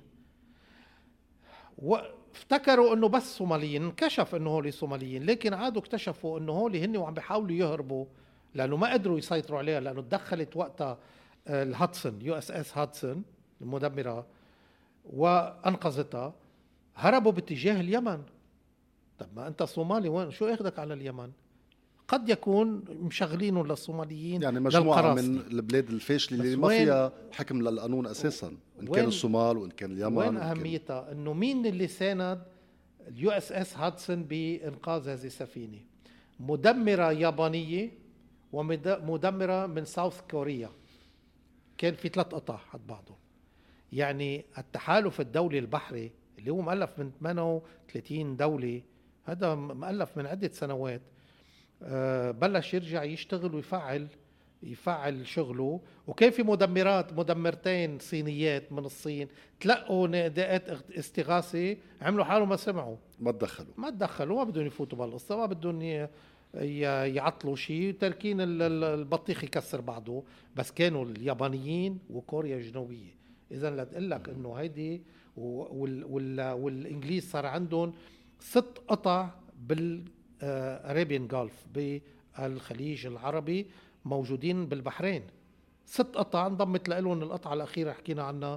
وافتكروا انه بس صوماليين، انكشف انه هولي صوماليين، لكن عادوا اكتشفوا انه هولي هن وعم بيحاولوا يهربوا لانه ما قدروا يسيطروا عليها، لانه تدخلت وقتها الهاتسون USS هاتسون المدمرة وانقذتها. هربوا باتجاه اليمن. طب ما انت صومالي، وين شو اخذك على اليمن؟ قد يكون مشغلينه للصوماليين، يعني مجموعة من البلاد الفاشلة اللي ما فيها حكم للقانون أساساً، إن كان الصومال وإن كان اليمن. وين أهميتها؟ إنه مين اللي ساند USS هاتسون بإنقاذ هذه السفينة؟ مدمرة يابانية ومدمرة من ساوث كوريا. كان في 3 قطع حد بعضهم. يعني التحالف الدولي البحري اللي هو مؤلف من 38 دولة، هذا مؤلف من عدة سنوات، بلش يرجع يشتغل ويفعل شغله. وكان في مدمرتين صينيات من الصين تلقوا نداءات استغاثة، عملوا حالهم ما سمعوا، ما تدخلوا، ما بدهم يفوتوا بالقصة، ما بدهم يعطلوا شيء، تركين البطيخ يكسر بعضه. بس كانوا اليابانيين وكوريا الجنوبية. إذا لتقول لك إنه هيدي والإنجليز صار عندهم 6 قطع بالأرابيان جولف بالخليج العربي موجودين بالبحرين. 6 قطع انضمت لهم القطعة الأخيرة حكينا عنها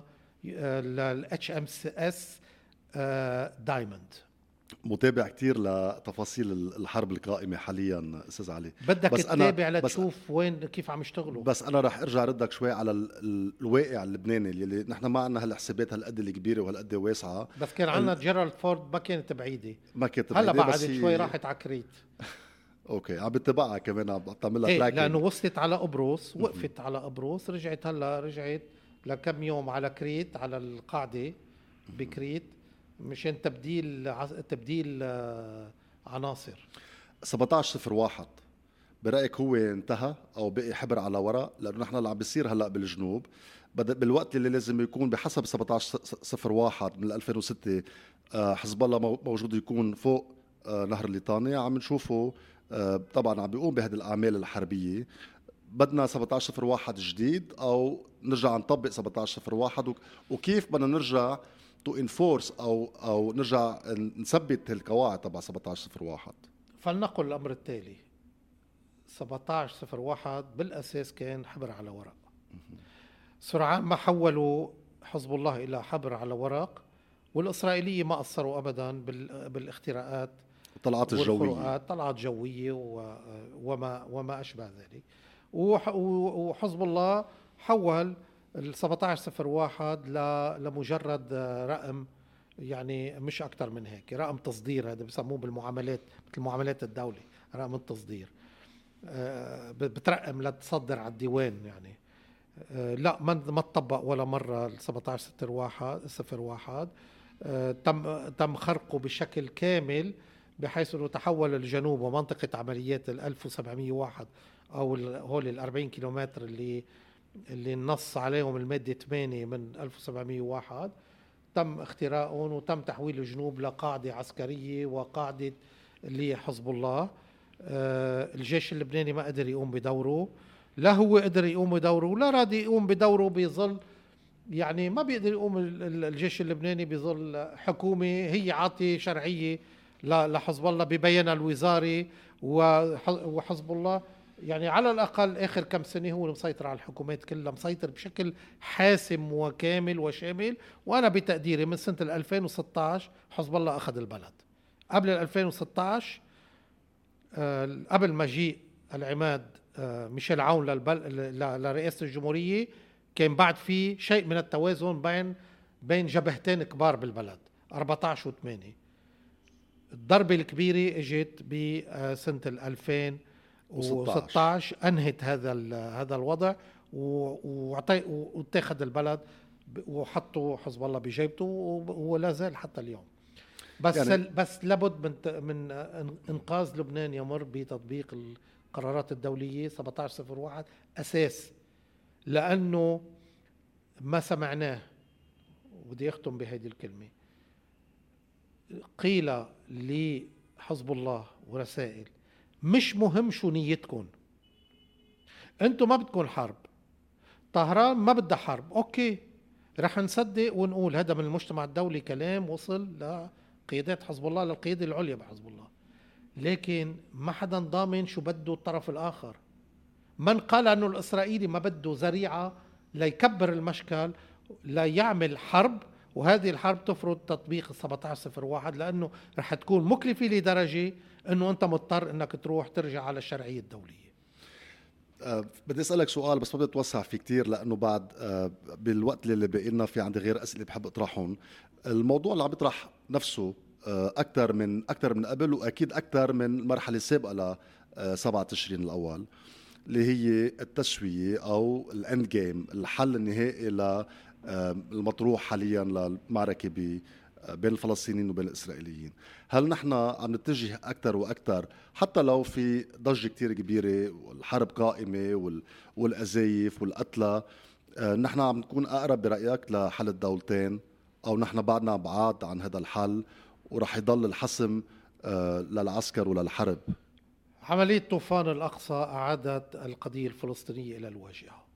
HMS دايموند. متابع كتير لتفاصيل الحرب القائمة حاليا أستاذ علي. بدك تتابع لتشوف وين كيف عم يشتغلوا. بس أنا رح أرجع ردك شوي على الواقع اللبناني اللي نحن ما عنا هالحسابات هالقد الكبيرة وهالقد واسعة. بس كان عنا جيرالد فورد ما كانت بعيدة، هلا بعد شوي راحت على كريت. اوكي، عم بتبعها كمان، عم بتعملها تراكنج، لانه وصلت على قبرص، وقفت على قبرص، رجعت لكم يوم على كريت، على القاعده بكريت، مشان تبديل عناصر. 17/01 برايك هو انتهى او بقي حبر على ورق؟ لانه نحن اللي عم بيصير هلا بالجنوب بالوقت اللي لازم يكون بحسب 17/01 من 2006 حزب الله موجود يكون فوق نهر الليطاني. عم نشوفه طبعا عم بيقوم بهذه الأعمال الحربية. بدنا 17/01 جديد أو نرجع نطبق 17/01؟ وكيف بدنا نرجع تو انفورس أو نرجع نثبت القواعد تبع 17/01؟ فلنقل الأمر التالي: 17/01 بالأساس كان حبر على ورق. سرعان ما حولوا حزب الله إلى حبر على ورق، والإسرائيلية ما قصروا أبدا بالاختراقات، طلعات جوية وما أشبه ذلك. وحزب الله حول 17/01 لمجرد رقم يعني مش أكتر من هيك. رقم تصدير هذا بسموه بالمعاملات، مثل معاملات الدولة، رقم التصدير. بترقم لتصدر على الديوان يعني. لا ما تطبق ولا مرة 17/01. تم خرقه بشكل كامل، بحيث أنه تحول الجنوب ومنطقة عمليات 1701 أو هول 40 كيلومتر اللي نص عليهم المادة 8 من 1701، تم اختراقهم وتم تحويل الجنوب لقاعدة عسكرية وقاعدة لحزب الله. الجيش اللبناني ما قدر يقوم بدوره، لا هو قدر يقوم بدوره لا راد يقوم بدوره. بيظل يعني ما بيقدر يقوم الجيش اللبناني، بيظل حكومة هي عاطية شرعية لحزب الله ببيانها الوزاري، وحزب الله يعني على الأقل آخر كم سنة هو مسيطر على الحكومات كلها، مسيطر بشكل حاسم وكامل وشامل. وأنا بتقديري من سنة 2016 حزب الله أخذ البلد. قبل 2016 قبل مجيء العماد ميشيل عون لرئاسة الجمهورية، كان بعد في شيء من التوازن بين جبهتين كبار بالبلد، 14 و8. الضربة الكبيرة اجت بسنة 2016 انهت هذا الوضع، واتخذ البلد وحطوا حزب الله بجيبته، ولا زال حتى اليوم. بس لابد من انقاذ لبنان يمر بتطبيق القرارات الدولية 17/01 اساس، لانه ما سمعناه. ودي اختم بهذه الكلمة. قيل لحزب الله ورسائل: مش مهم شو نيتكم، انتم ما بدكم حرب، طهران ما بدها حرب، اوكي رح نصدق ونقول هذا من المجتمع الدولي كلام وصل لقيادات حزب الله، للقيادة العليا بحزب الله. لكن ما حدا ضامن شو بده الطرف الآخر. من قال أنه الإسرائيلي ما بده ذريعة ليكبر المشكل ليعمل حرب، وهذه الحرب تفرض تطبيق 17/01، لأنه رح تكون مكلفة لدرجة أنه أنت مضطر أنك تروح ترجع على الشرعية الدولية. بدي أسألك سؤال بس ما بدي أتوسع فيه كتير، لأنه بعد بالوقت اللي بقي لنا في عندي غير أسئلة بحب أطرحهم. الموضوع اللي عم بيطرح نفسه أكثر من قبل، وأكيد أكثر من المرحلة السابقة ل 7 تشرين الأول، اللي هي التسوية أو الأند جيم، الحل النهائي للمطروح حاليا للمعركة بين الفلسطينيين وبين الإسرائيليين. هل نحن عم نتجه أكثر وأكثر، حتى لو في ضجة كتير كبيرة والحرب قائمة والأزايف والقتلى، نحن عم نكون أقرب برأيك لحل الدولتين، أو نحن بعدنا بعاد عن هذا الحل ورح يضل الحسم للعسكر وللحرب؟ عملية طوفان الأقصى أعادت القضية الفلسطينية إلى الواجهة.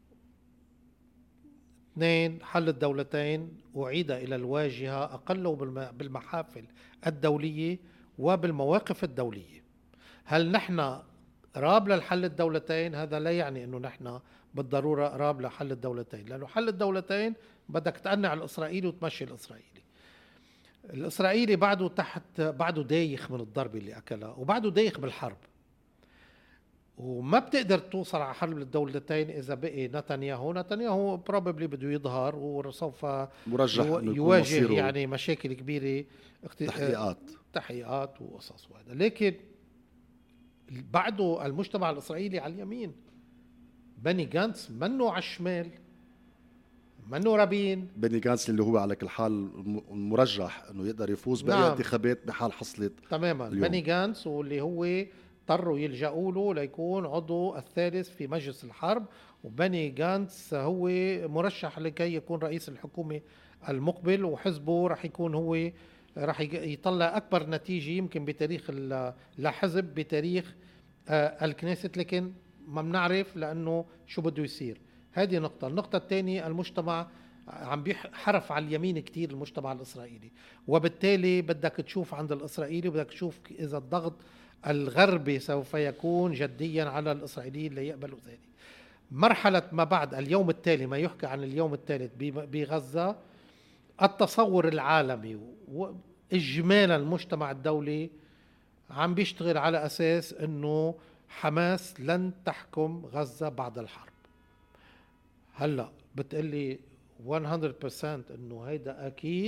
2، حل الدولتين أعيد إلى الواجهة أقل بالمحافل الدولية وبالمواقف الدولية. هل نحن قراب للحل الدولتين؟ هذا لا يعني أنه نحن بالضرورة قراب لحل الدولتين، لأنه حل الدولتين بدك تقنع الإسرائيلي وتمشي الإسرائيلي بعده دايخ من الضربة اللي أكلها، وبعده دايخ بالحرب، وما بتقدر توصل على حرب الدولتين إذا بقي نتنياهو probably بده يظهر وسوف يواجه يعني مشاكل كبيرة، تحقيقات وقصص وهذا. لكن بعده المجتمع الإسرائيلي على اليمين، بني جانتس منه على الشمال، منه رابين. بني جانتس اللي هو على كل حال مرجح انه يقدر يفوز بأي انتخابات بحال حصلت تماما اليوم. بني جانتس واللي هو اضطروا يلجأوا له ليكون عضو الثالث في مجلس الحرب، وبني جانتس هو مرشح لكي يكون رئيس الحكومة المقبل، وحزبه رح يكون هو رح يطلع أكبر نتيجة يمكن بتاريخ لحزب بتاريخ الكنيست، لكن ما بنعرف لأنه شو بده يصير. هذه نقطة. النقطة الثانية، المجتمع عم بيحرف على اليمين كتير، المجتمع الإسرائيلي، وبالتالي بدك تشوف عند الإسرائيلي، بدك تشوف إذا الضغط الغربي سوف يكون جديا على الإسرائيليين ليقبلوا ذلك. مرحلة ما بعد اليوم التالي، ما يحكى عن اليوم الثالث بغزة، التصور العالمي وإجمالا المجتمع الدولي عم بيشتغل على أساس أنه حماس لن تحكم غزة بعد الحرب. هلأ بتقلي 100% أنه هيدا أكيد،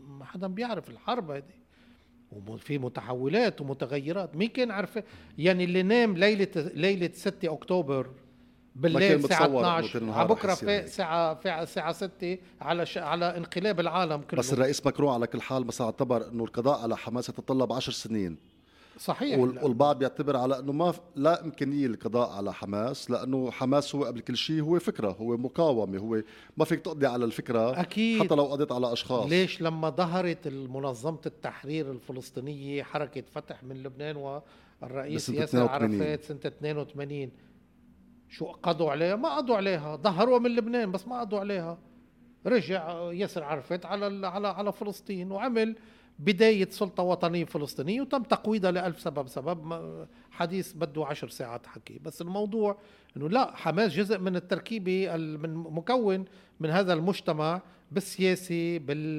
ما حدا بيعرف الحرب هذه، وفي متحولات ومتغيرات. مين كان عارفه؟ يعني اللي نام ليلة 6 أكتوبر بالليل الساعة 12 على بكرة في ساعة 6 على انقلاب العالم كله. بس الرئيس ماكرون على كل حال مثلا اعتبر انه القضاء على حماس يتطلب 10 سنين. صحيح. والبعض بيعتبر على انه لا امكانيه للقضاء على حماس، لانه حماس هو قبل كل شيء هو فكره، هو مقاومه، هو ما فيك تقضي على الفكره أكيد. حتى لو قضيت على اشخاص. ليش لما ظهرت منظمه التحرير الفلسطينيه حركه فتح من لبنان والرئيس ياسر عرفات سنه 82 شو قضوا عليها؟ ما قضوا عليها، ظهروا من لبنان بس ما قضوا عليها. رجع ياسر عرفات على فلسطين وعمل بداية سلطة وطنية فلسطينية وتم تقويضها لألف سبب حديث بده 10 ساعات حكي. بس الموضوع أنه لا، حماس جزء من التركيبة، من مكون من هذا المجتمع بالسياسي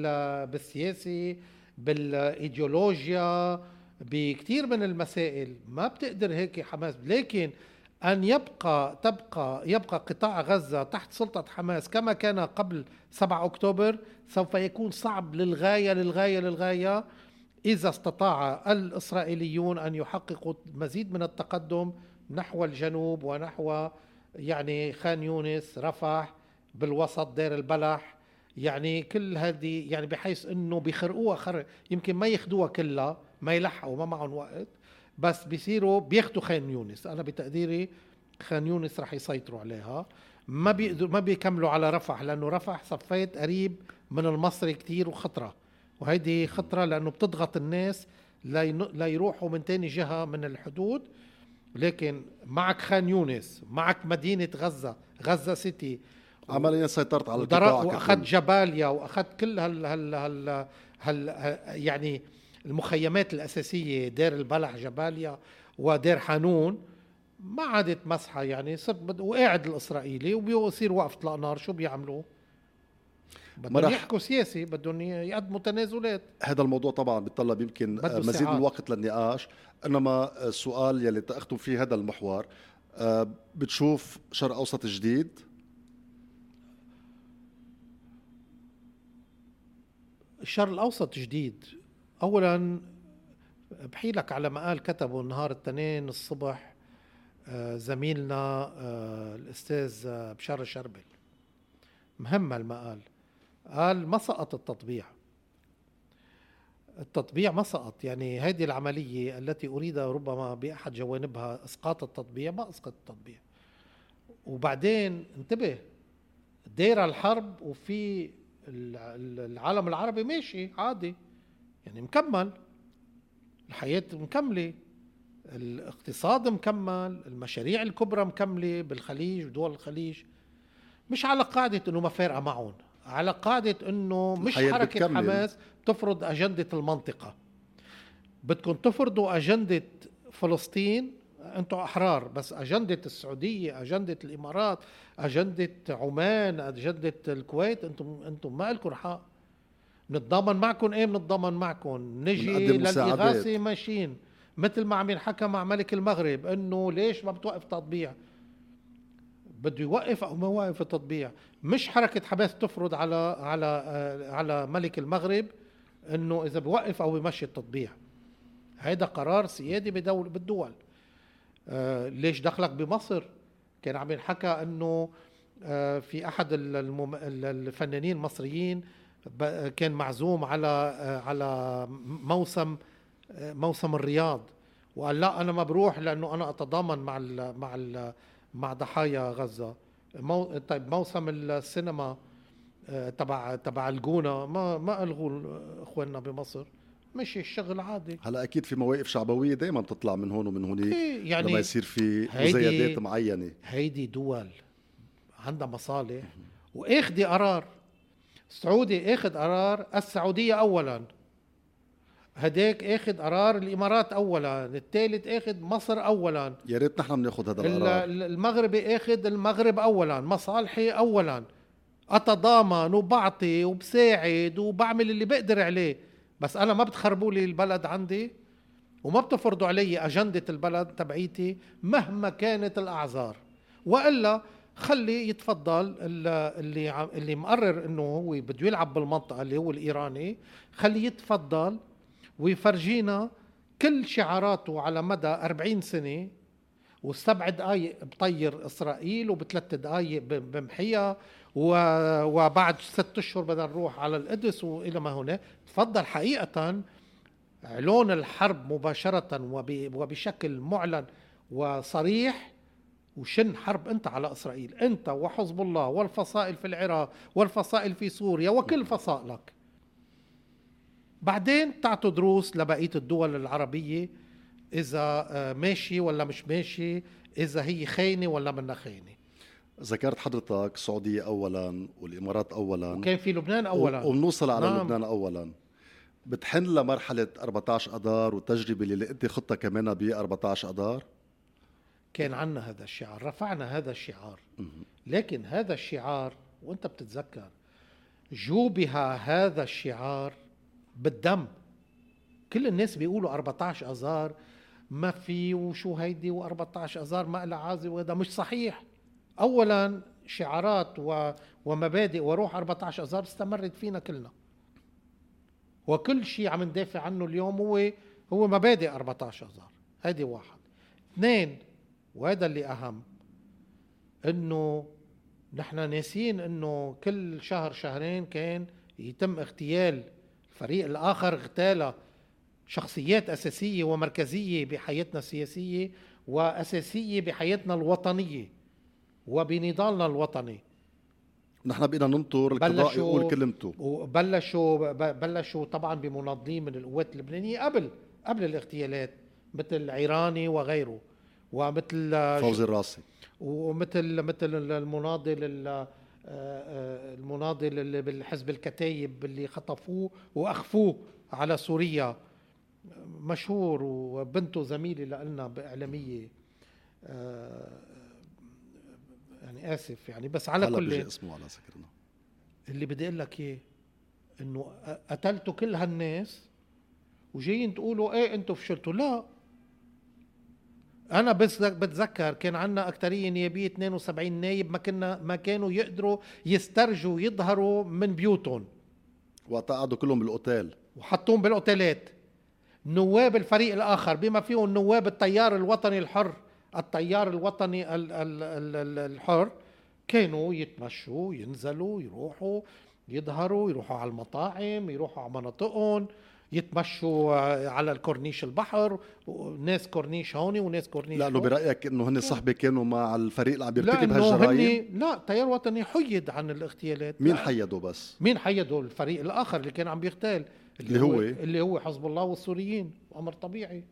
بالإيديولوجيا، بكتير من المسائل. ما بتقدر هيك حماس. لكن أن يبقى قطاع غزة تحت سلطة حماس كما كان قبل 7 أكتوبر سوف يكون صعب للغاية إذا استطاع الإسرائيليون أن يحققوا مزيد من التقدم نحو الجنوب ونحو يعني خان يونس، رفح، بالوسط دير البلح، يعني كل هذه، يعني بحيث أنه بيخرقوها يمكن ما ياخدوها كلها، ما يلحقوا، ما معهم وقت، بس بياخدوا خان يونس. أنا بتقديري خان يونس رح يسيطروا عليها. ما بيكملوا على رفح، لأنه رفح صفيت قريب من المصري كتير وخطرة، وهيدي خطرة لأنه بتضغط الناس لا يروحوا من تاني جهة من الحدود. لكن معك خان يونس، معك مدينة غزة سيتي، عمليا سيطرت على القطاع، وأخذ جباليا، وأخذ كل يعني المخيمات الأساسية، دير البلح، جباليا، ودير حانون. ما عادت مسحة، يعني صرت وقاعد الإسرائيلي وبيصير وقف اطلاق نار. شو بيعملوا؟ بدهم يحكوا سياسي، بدهم يقدموا تنازلات. هذا الموضوع طبعا بيتطلب يمكن مزيد من الوقت للنقاش، انما السؤال يلي تأختم فيه هذا المحور، بتشوف شرق أوسط جديد؟ الشرق الأوسط جديد. أولا بحيلك على مقال كتبه النهار الاثنين الصبح زميلنا الأستاذ بشار الشربل، مهم المقال. قال ما سقط التطبيع ما سقط. يعني هذه العملية التي أريد ربما بأحد جوانبها إسقاط التطبيع، ما أسقط التطبيع. وبعدين انتبه، دايرة الحرب وفي العالم العربي ماشي عادي، يعني مكمل، الحياة مكملة، الاقتصاد مكمل، المشاريع الكبرى مكملة بالخليج ودول الخليج. مش على قاعدة انه ما فارقة معهم، على قاعدة انه مش حركة حماس تفرض أجندة المنطقة. بدكم تفرضوا أجندة فلسطين، انتم أحرار، بس أجندة السعودية، أجندة الإمارات، أجندة عمان، أجندة الكويت، انتم ما لكم حق. نتضامن معكم، ايه بنتضامن معكم، نجي للإغاثة ماشيين، مثل ما عم ينحكى مع ملك المغرب انه ليش ما بتوقف تطبيع. بده يوقف او ما يوقف التطبيع. مش حركة حماس تفرض على ملك المغرب انه اذا بيوقف او بيمشي التطبيع. هيدا قرار سيادي بالدول. ليش دخلك بمصر؟ كان عم ينحكى انه في احد الفنانين المصريين كان معزوم على موسم الرياض، وقال لا انا ما بروح لانه انا اتضامن مع ضحايا غزة. طيب موسم السينما تبع الجونة ما الغوا اخواننا بمصر، مشي الشغل عادي. هلا اكيد في مواقف شعبويه دائما بتطلع من هون ومن هونيك، يعني لما يصير في مزايدات معينه. هيدي دول عندها مصالح واخذ قرار. السعودي اخذ قرار السعوديه اولا، هداك اخذ قرار الامارات اولا، الثالث اخذ مصر اولا. يا ريت نحن بناخذ هذا القرار. المغربي اخذ المغرب اولا، مصالحي اولا، اتضامن وبعطي وبساعد وبعمل اللي بقدر عليه. بس انا ما بتخربوا لي البلد عندي وما بتفرضوا علي اجندة البلد تبعيتي مهما كانت الاعذار. والا خلي يتفضل اللي مقرر انه هو بده يلعب بالمنطقة اللي هو الإيراني، خلي يتفضل ويفرجينا كل شعاراته على مدى 40 سنة، و7 دقايق بطير إسرائيل، وب3 دقايق بمحيها، وبعد 6 أشهر بدنا نروح على القدس وإلى ما هناك. تفضل حقيقة علون الحرب مباشرة وبشكل معلن وصريح، وشن حرب انت على اسرائيل، انت وحزب الله والفصائل في العراق والفصائل في سوريا وكل فصائلك. بعدين تعطوا دروس لبقية الدول العربية اذا ماشي ولا مش ماشي، اذا هي خاينة ولا منا خاينة. ذكرت حضرتك السعودية اولا والامارات اولا، وكان في لبنان اولا، وبنوصل على نعم. لبنان اولا. بتحن لمرحلة 14 اذار والتجربة اللي انت خطة كمان ب 14 اذار. كان عنا هذا الشعار، رفعنا هذا الشعار، لكن هذا الشعار وانت بتتذكر جوبها هذا الشعار بالدم. كل الناس بيقولوا 14 اذار ما في، وشو هيدي، و14 اذار ما لها عازي، وهذا مش صحيح. اولا شعارات ومبادئ وروح 14 اذار استمرت فينا كلنا، وكل شيء عم ندافع عنه اليوم هو مبادئ 14 اذار. هذه واحد. اثنين، وهذا اللي اهم، انه نحن ناسين انه كل شهر شهرين كان يتم اغتيال الفريق الاخر، اغتال شخصيات اساسيه ومركزيه بحياتنا السياسيه واساسيه بحياتنا الوطنيه وبنضالنا الوطني. نحن بدنا ننطر القضاء يقول كلمته. بلشوا طبعا بمناضلين من القوات اللبنانيه قبل الاغتيالات، مثل عيراني وغيره، ومثل فوزي الراسي، مثل المناضل اللي بالحزب الكتايب اللي خطفوه واخفوه على سوريا، مشهور، وبنته زميلي لنا باعلاميه، يعني اسف يعني، بس على كل اسمه على ذكرنا. اللي بدي اقول لك ايه، انه قتلتوا كل هالناس وجايين تقولوا ايه انتوا فشلتوا. لا، انا بس بتذكر كان عندنا اكتريه نيابيه 72 نايب ما كانوا يقدروا يسترجوا يظهروا من بيوتهم، وقعدوا كلهم بالاوتيل وحطوهم بالاوتيلات. نواب الفريق الاخر بما فيهم نواب التيار الوطني الحر، التيار الوطني الحر، كانوا يتمشوا، ينزلوا، يروحوا يظهروا، يروحوا على المطاعم، يروحوا على مناطقهم، يتمشوا على الكورنيش البحر، وناس كورنيش هوني وناس كورنيش. لا، برأيك انه هن صحبة كانوا مع الفريق اللي عم يرتكب هالجرائم؟ لا، التيار الوطني حيد عن الاغتيالات. مين حيدوا؟ بس مين حيدوا؟ الفريق الاخر اللي كان عم بيغتال، اللي هو حزب الله والسوريين. امر طبيعي،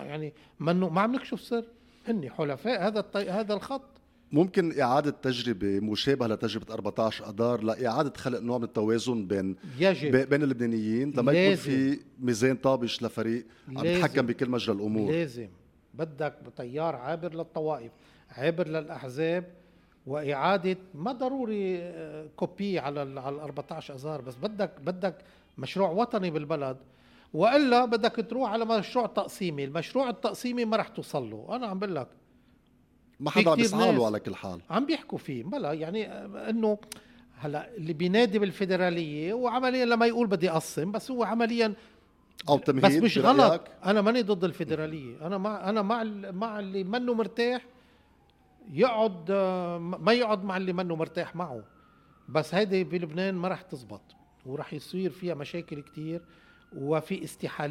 ما عم نكشف سر، هن حلفاء هذا الخط. ممكن إعادة تجربة مشابهة لتجربة 14 أذار لإعادة خلق نوع من التوازن بين اللبنانيين، لما يكون في ميزان طابش لفريق عم يتحكم بكل مجرى الأمور. لازم بدك تيار عابر للطوائف، عابر للأحزاب، وإعادة، ما ضروري كوبي على 14 أذار، بس بدك مشروع وطني بالبلد، وإلا بدك تروح على مشروع تقسيمي. المشروع التقسيمي ما رح توصل له، أنا عم بقول لك ما حدا عم يسعاله على كل حال، عم بيحكوا فيه بلا، يعني انه هلا اللي بينادي بالفيدراليه وعمليا لما يقول بدي اقسم، بس هو عمليا او تمهيد. بس مش غلط، انا ماني ضد الفيدراليه، انا مع اللي منه مرتاح يقعد، ما يقعد مع اللي منه مرتاح معه. بس هيدي بلبنان ما رح تزبط، ورح يصير فيها مشاكل كتير، وفي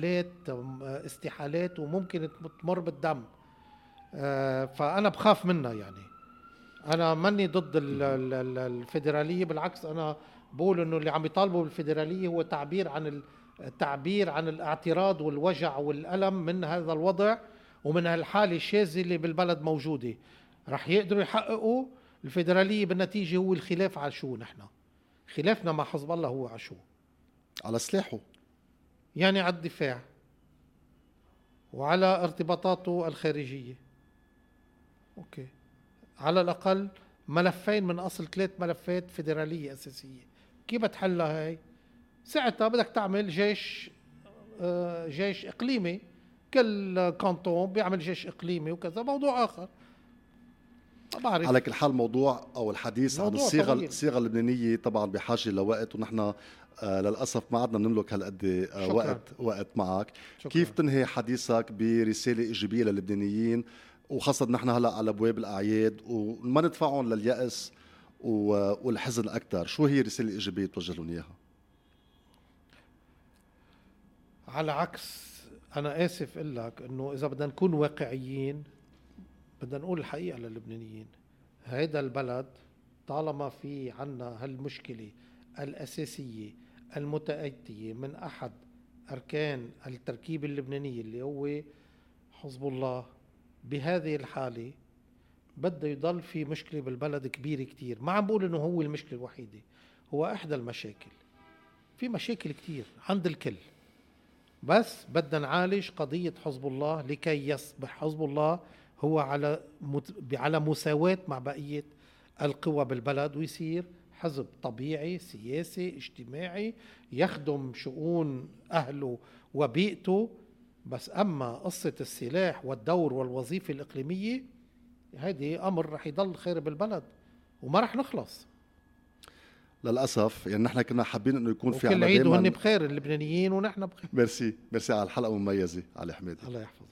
استحالات وممكن تمر بالدم. فأنا بخاف منها، يعني أنا ماني ضد الفيدرالية، بالعكس أنا بقول إنه اللي عم يطالبوا بالفيدرالية هو تعبير عن الاعتراض والوجع والألم من هذا الوضع ومن هالحالة الشاذة اللي بالبلد موجودة. رح يقدروا يحققوا الفيدرالية بالنتيجة. هو الخلاف على شو؟ نحن خلافنا مع حزب الله هو على شو؟ على سلاحه، يعني على الدفاع وعلى ارتباطاته الخارجية. أوكي، على الأقل ملفين من أصل 3 ملفات فيدرالية أساسية. كيف بتحلها هاي؟ ساعتها بدك تعمل جيش إقليمي، كل كانتون بيعمل جيش إقليمي وكذا، موضوع آخر. بعرف. على كل حال موضوع او الحديث عن الصيغه اللبنانيه طبعا بحاجه لوقت، ونحن للاسف ما عدنا نملك هالقد وقت معك. شكرا. كيف تنهي حديثك برساله ايجابيه للبنانيين، وخاصه نحن هلا على ابواب الاعياد وما ندفعهم لليأس والحزن اكثر؟ شو هي الرساله الايجابيه توجه لهم اياها؟ على عكس، انا اسف اقول لك انه اذا بدنا نكون واقعيين بدنا نقول الحقيقه للبنانيين. هيدا البلد طالما في عنا هالمشكله الاساسيه المتأتية من احد اركان التركيب اللبناني اللي هو حزب الله، بهذه الحاله بده يضل في مشكله بالبلد كبيره كتير. ما عم بقول انه هو المشكله الوحيده، هو احدى المشاكل. في مشاكل كتير عند الكل، بس بدنا نعالج قضية حزب الله لكي يصبح حزب الله هو على مساواة مع بقية القوى بالبلد، ويصير حزب طبيعي سياسي اجتماعي يخدم شؤون أهله وبيئته. بس أما قصة السلاح والدور والوظيفة الإقليمية، هذه أمر رح يضل خارب البلد وما رح نخلص للاسف. يعني نحن كنا حابين انه يكون في عنا دائما كل عيد وهن بخير اللبنانيين ونحن بخير. ميرسي على الحلقه المميزه علي حميدي. الله يحفظك.